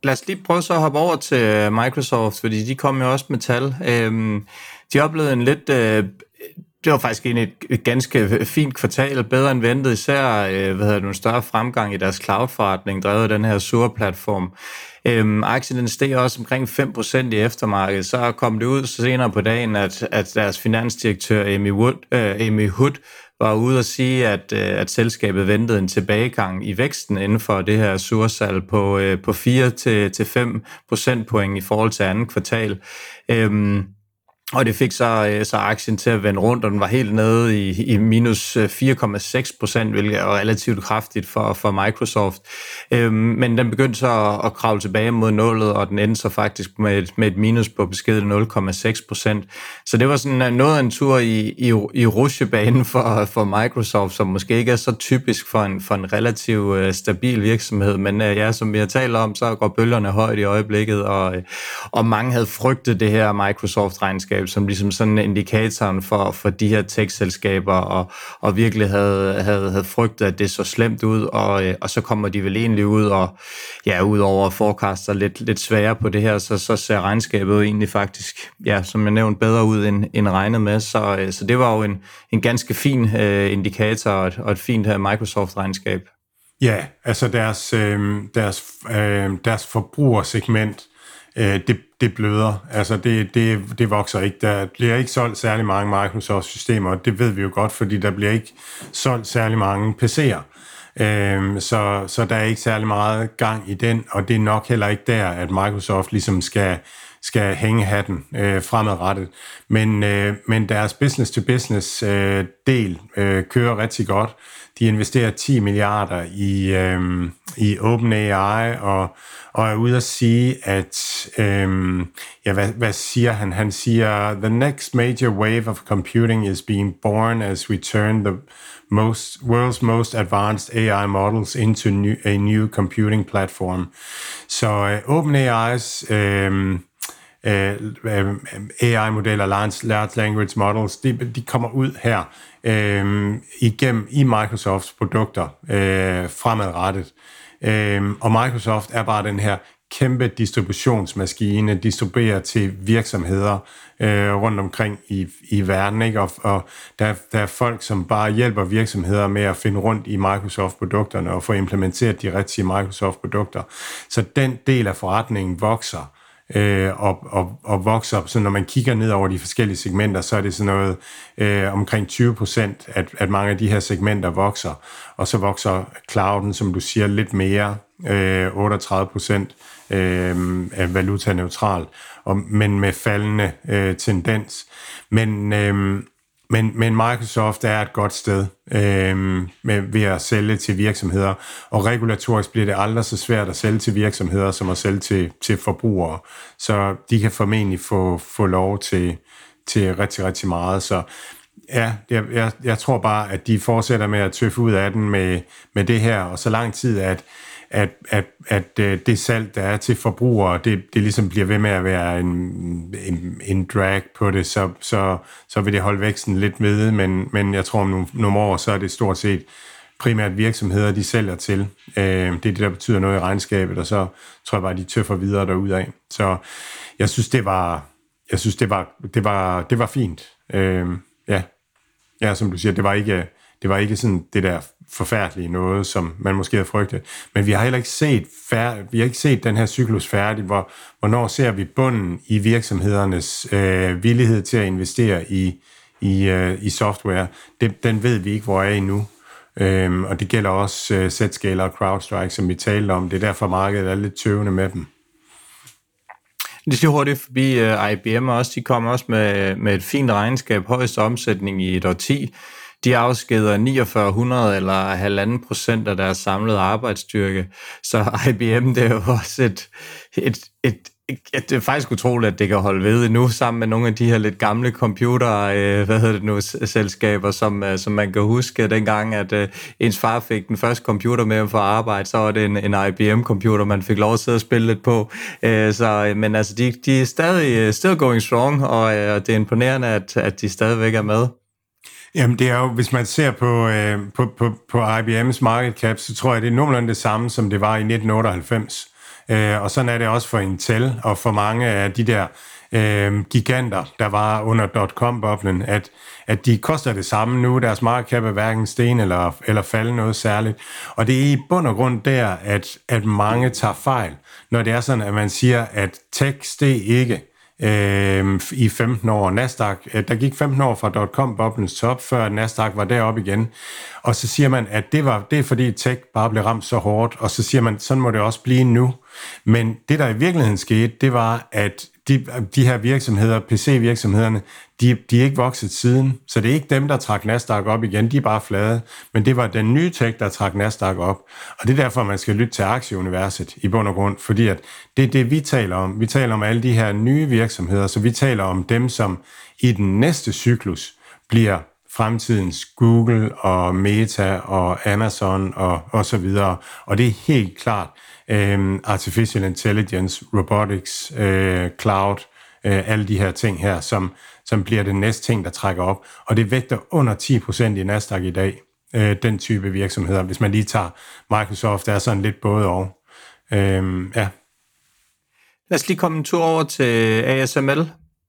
lad os lige prøve så at hoppe over til Microsoft, fordi de kom jo også med tal. Øhm, de oplevede en lidt... Øh, det var faktisk egentlig et, et ganske fint kvartal, bedre end ventet, især øh, hvad hedder det, en større fremgang i deres cloud-forretning, drevet af den her Azure-platform. Øhm, aktien den steg også omkring fem procent i eftermarkedet. Så kom det ud så senere på dagen, at, at deres finansdirektør Amy Wood, øh, Amy Hood var ude at sige, at, at selskabet ventede en tilbagegang i væksten inden for det her Azure-salg på, på fire til fem procentpoint i forhold til anden kvartal. Øhm, Og det fik så, så aktien til at vende rundt, og den var helt nede i, i minus fire komma seks procent, hvilket er relativt kraftigt for, for Microsoft. Øhm, men den begyndte så at, at kravle tilbage mod nullet, og den endte så faktisk med et, med et minus på beskeden nul komma seks procent. Så det var sådan noget af en tur i, i, i rutsjebanen for, for Microsoft, som måske ikke er så typisk for en, for en relativt uh, stabil virksomhed. Men uh, ja, som vi har talt om, så går bølgerne højt i øjeblikket, og, og mange havde frygtet det her Microsoft-regnskab som ligesom sådan indikatoren for, for de her tech-selskaber, og, og virkelig havde, havde, havde frygtet, at det så slemt ud, og, og så kommer de vel egentlig ud, og ja, ud over forecaster lidt, lidt sværere på det her, så, så ser regnskabet jo egentlig faktisk, ja, som jeg nævnte, bedre ud end, end regnet med, så, så det var jo en, en ganske fin uh, indikator, og et, og et fint uh, Microsoft-regnskab. Ja, altså deres, øh, deres, øh, deres forbrugersegment, øh, det, det bløder. Altså det, det, det vokser ikke. Der bliver ikke solgt særlig mange Microsoft-systemer, og det ved vi jo godt, fordi der bliver ikke solgt særlig mange P C'er. Øh, så, så der er ikke særlig meget gang i den, og det er nok heller ikke der, at Microsoft ligesom skal, skal hænge hatten øh, fremadrettet. Men, øh, men deres business-to-business øh, del øh, kører rigtig godt. De investerer ti milliarder i, øhm, i OpenAI, og, og er ude at sige, at, øhm, ja, hvad, hvad siger han? Han siger, the next major wave of computing is being born as we turn the most, world's most advanced A I models into new, a new computing platform. Så uh, OpenAI's øhm, Uh, A I-modeller, large, large language models, de, de kommer ud her uh, igennem i Microsofts produkter uh, fremadrettet. Uh, og Microsoft er bare den her kæmpe distributionsmaskine, distribuerer til virksomheder uh, rundt omkring i, i verden, ikke? Og, og der, der er folk, som bare hjælper virksomheder med at finde rundt i Microsoft-produkterne og få implementeret de rigtige Microsoft-produkter. Så den del af forretningen vokser. Øh, og, og, og vokser op. Så når man kigger ned over de forskellige segmenter, så er det sådan noget øh, omkring tyve procent, at, at mange af de her segmenter vokser. Og så vokser clouden, som du siger, lidt mere, øh, otteogtredive procent øh, af valutaneutral, og, men med faldende øh, tendens. Men øh, Men, men Microsoft er et godt sted øh, med, ved at sælge til virksomheder, og regulatorisk bliver det aldrig så svært at sælge til virksomheder, som at sælge til, til forbrugere. Så de kan formentlig få, få lov til, til rigtig, rigtig meget. Så ja, jeg, jeg, jeg tror bare, at de fortsætter med at tøffe ud af den med, med det her, og så lang tid, at at, at, at det salg, der er til forbrugere, det, det ligesom bliver ved med at være en, en, en drag på det, så, så, så vil det holde væksten lidt ved, men, men jeg tror om nogle, nogle år, så er det stort set primært virksomheder, de sælger til. Øh, det er det, der betyder noget i regnskabet, og så tror jeg bare, de tøffer videre derudad. Så jeg synes, det var, jeg synes, det var, det var, det var fint. Øh, ja. ja, som du siger, det var ikke... Det var ikke sådan det der forfærdelige noget, som man måske havde frygtet. Men vi har heller ikke set, færd- vi har ikke set den her cyklus færdig, hvor, hvornår ser vi bunden i virksomhedernes øh, villighed til at investere i, i, øh, i software. Det, den ved vi ikke, hvor er endnu. Øhm, og det gælder også øh, Zscaler og CrowdStrike, som vi talte om. Det er derfor, markedet er lidt tøvende med dem. Det siger hurtigt forbi uh, I B M også. De kommer også med, med et fint regnskab, højeste omsætning i et årti. De afskeder niogfyrre hundrede eller halvanden procent af deres samlede arbejdsstyrke. Så I B M, det er jo også et, et, et, et det er faktisk utroligt, at det kan holde ved nu, sammen med nogle af de her lidt gamle computer, øh, hvad hedder det nu, selskaber, som, øh, som man kan huske dengang, at øh, ens far fik den første computer med for arbejde, så var det en, en I B M-computer, man fik lov at sidde og spille lidt på. Øh, så, men altså, de, de er stadig still going strong, og øh, det er imponerende, at, at de stadigvæk er med. Jamen det er jo, hvis man ser på, øh, på, på, på I B M's market cap, så tror jeg, det er nogenlunde det samme, som det var i nitten otteoghalvfems. Øh, og sådan er det også for Intel og for mange af de der øh, giganter, der var under dot-com-boblen, at, at de koster det samme nu. Deres market cap er hverken sten eller, eller falde noget særligt. Og det er i bund og grund der, at, at mange tager fejl, når det er sådan, at man siger, at tech steg ikke øh, i femten år. Nasdaq, der gik femten år fra dot-com-boblens top, før Nasdaq var deroppe igen. Og så siger man, at det, var, det er fordi tech bare blev ramt så hårdt, og så siger man, sådan må det også blive nu. Men det, der i virkeligheden skete, det var, at de, de her virksomheder, P C-virksomhederne, de, de er ikke vokset siden, så det er ikke dem, der trak Nasdaq op igen, de er bare flade, men det var den nye tech, der trak Nasdaq op, og det er derfor, man skal lytte til aktieuniverset i bund og grund, fordi at det er det, vi taler om. Vi taler om alle de her nye virksomheder, så vi taler om dem, som i den næste cyklus bliver fremtidens Google og Meta og Amazon og, og så videre, og det er helt klart Um, artificial intelligence, robotics, uh, cloud, uh, alle de her ting her, som, som bliver det næste ting, der trækker op. Og det vægter under ti procent i Nasdaq i dag, uh, den type virksomheder. Hvis man lige tager Microsoft, der er sådan lidt både og. Um, ja. Lad os lige komme en tur over til A S M L.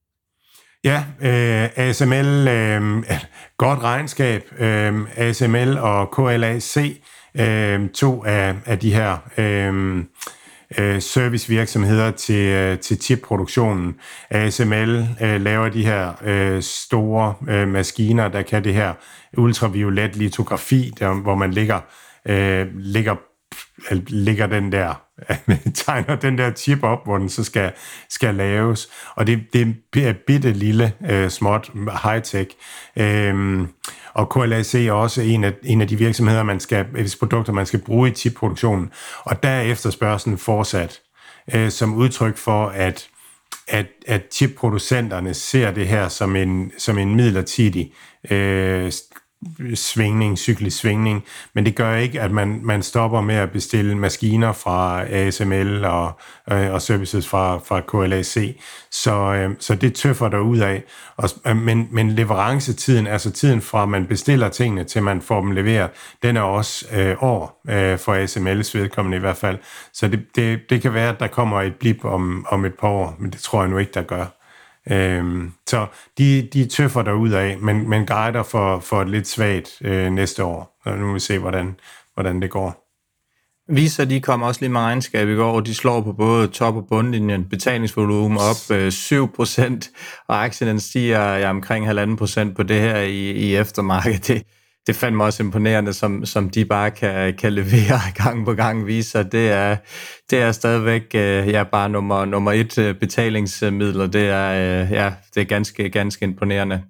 Ja, øh, A S M L, øh, godt regnskab, øh, A S M L og K L A C, Øh, to af, af de her øh, øh, servicevirksomheder til, øh, til chipproduktionen. A S M L øh, laver de her øh, store øh, maskiner, der kan det her ultraviolet litografi, der, hvor man ligger, øh, ligger, ligger den der tegner den der chip op, hvor den så skal, skal laves. Og det, det er bitte lille, øh, småt, high-tech. Øhm, og K L A C er også en af, en af de virksomheder, man skal, produkter, man skal bruge i chipproduktionen. Og der er efterspørgslen fortsat, øh, som udtryk for, at, at, at chipproducenterne ser det her som en, som en midlertidig øh, svingning, cyklisk svingning, men det gør ikke, at man, man stopper med at bestille maskiner fra A S M L og, øh, og services fra, fra K L A C. Så, øh, så det tøffer der ud af. Og, øh, men, men leverancetiden, altså tiden fra man bestiller tingene til man får dem leveret, den er også øh, år øh, for A S M L's vedkommende i hvert fald. Så det, det, det kan være, at der kommer et blip om, om et par år, men det tror jeg nu ikke, der gør. Øhm, så de, de tøffer der ud af, men, men guider for, for et lidt svagt øh, næste år. Og nu må vi se, hvordan, hvordan det går. Visa, de kom også lige med regnskab i går, de slår på både top- og bundlinjen, betalingsvolumen op øh, syv procent, og aktien stiger ja, omkring halvanden procent på det her i, i eftermarkedet. Det, det fandt mig også imponerende, som, som de bare kan, kan levere gang på gang. Viser, det er, det er stadigvæk øh, ja, bare nummer, nummer et øh, betalingsmidler. Det er, øh, ja, det er ganske, ganske imponerende.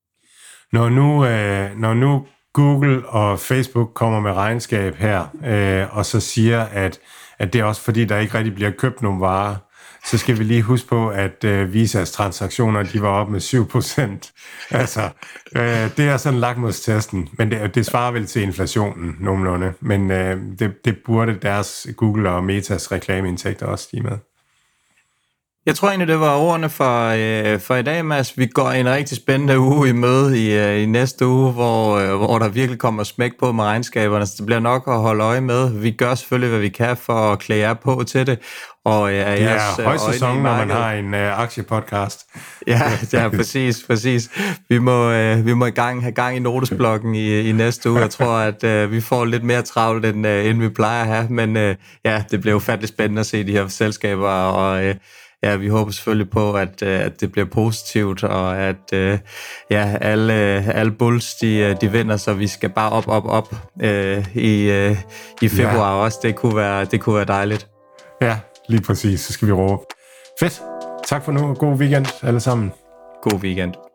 Når nu, øh, når nu Google og Facebook kommer med regnskab her, øh, og så siger, at, at det er også fordi, der ikke rigtig bliver købt nogen varer, så skal vi lige huske på, at øh, Visas transaktioner, de var op med syv procent. Altså, øh, det er sådan lakmustesten, men det, det svarer vel til inflationen nogenlunde. Men øh, det, det burde deres Google og Metas reklameindtægter også stige med. Jeg tror egentlig, det var ordene for, øh, for i dag, Mads. Vi går en rigtig spændende uge i møde i, øh, i næste uge, hvor, øh, hvor der virkelig kommer smæk på med regnskaberne. Så det bliver nok at holde øje med. Vi gør selvfølgelig, hvad vi kan for at klæde jer på til det. Og, øh, det er jeres, øh, højsæson, når man har en øh, aktiepodcast. Ja, ja, præcis, præcis. Vi må, øh, vi må i gang, have gang i notesblokken i, i næste uge. Jeg tror, at øh, vi får lidt mere travlt, end, øh, end vi plejer at have. Men øh, ja, det bliver ufattelig spændende at se de her selskaber, og øh, ja, vi håber selvfølgelig på, at, at det bliver positivt, og at ja, alle, alle bulls, de, de vinder, så vi skal bare op, op, op øh, i, øh, i februar ja. Også. Det kunne, være, det kunne være dejligt. Ja, lige præcis. Så skal vi råbe. Fedt. Tak for nu. God weekend alle sammen. God weekend.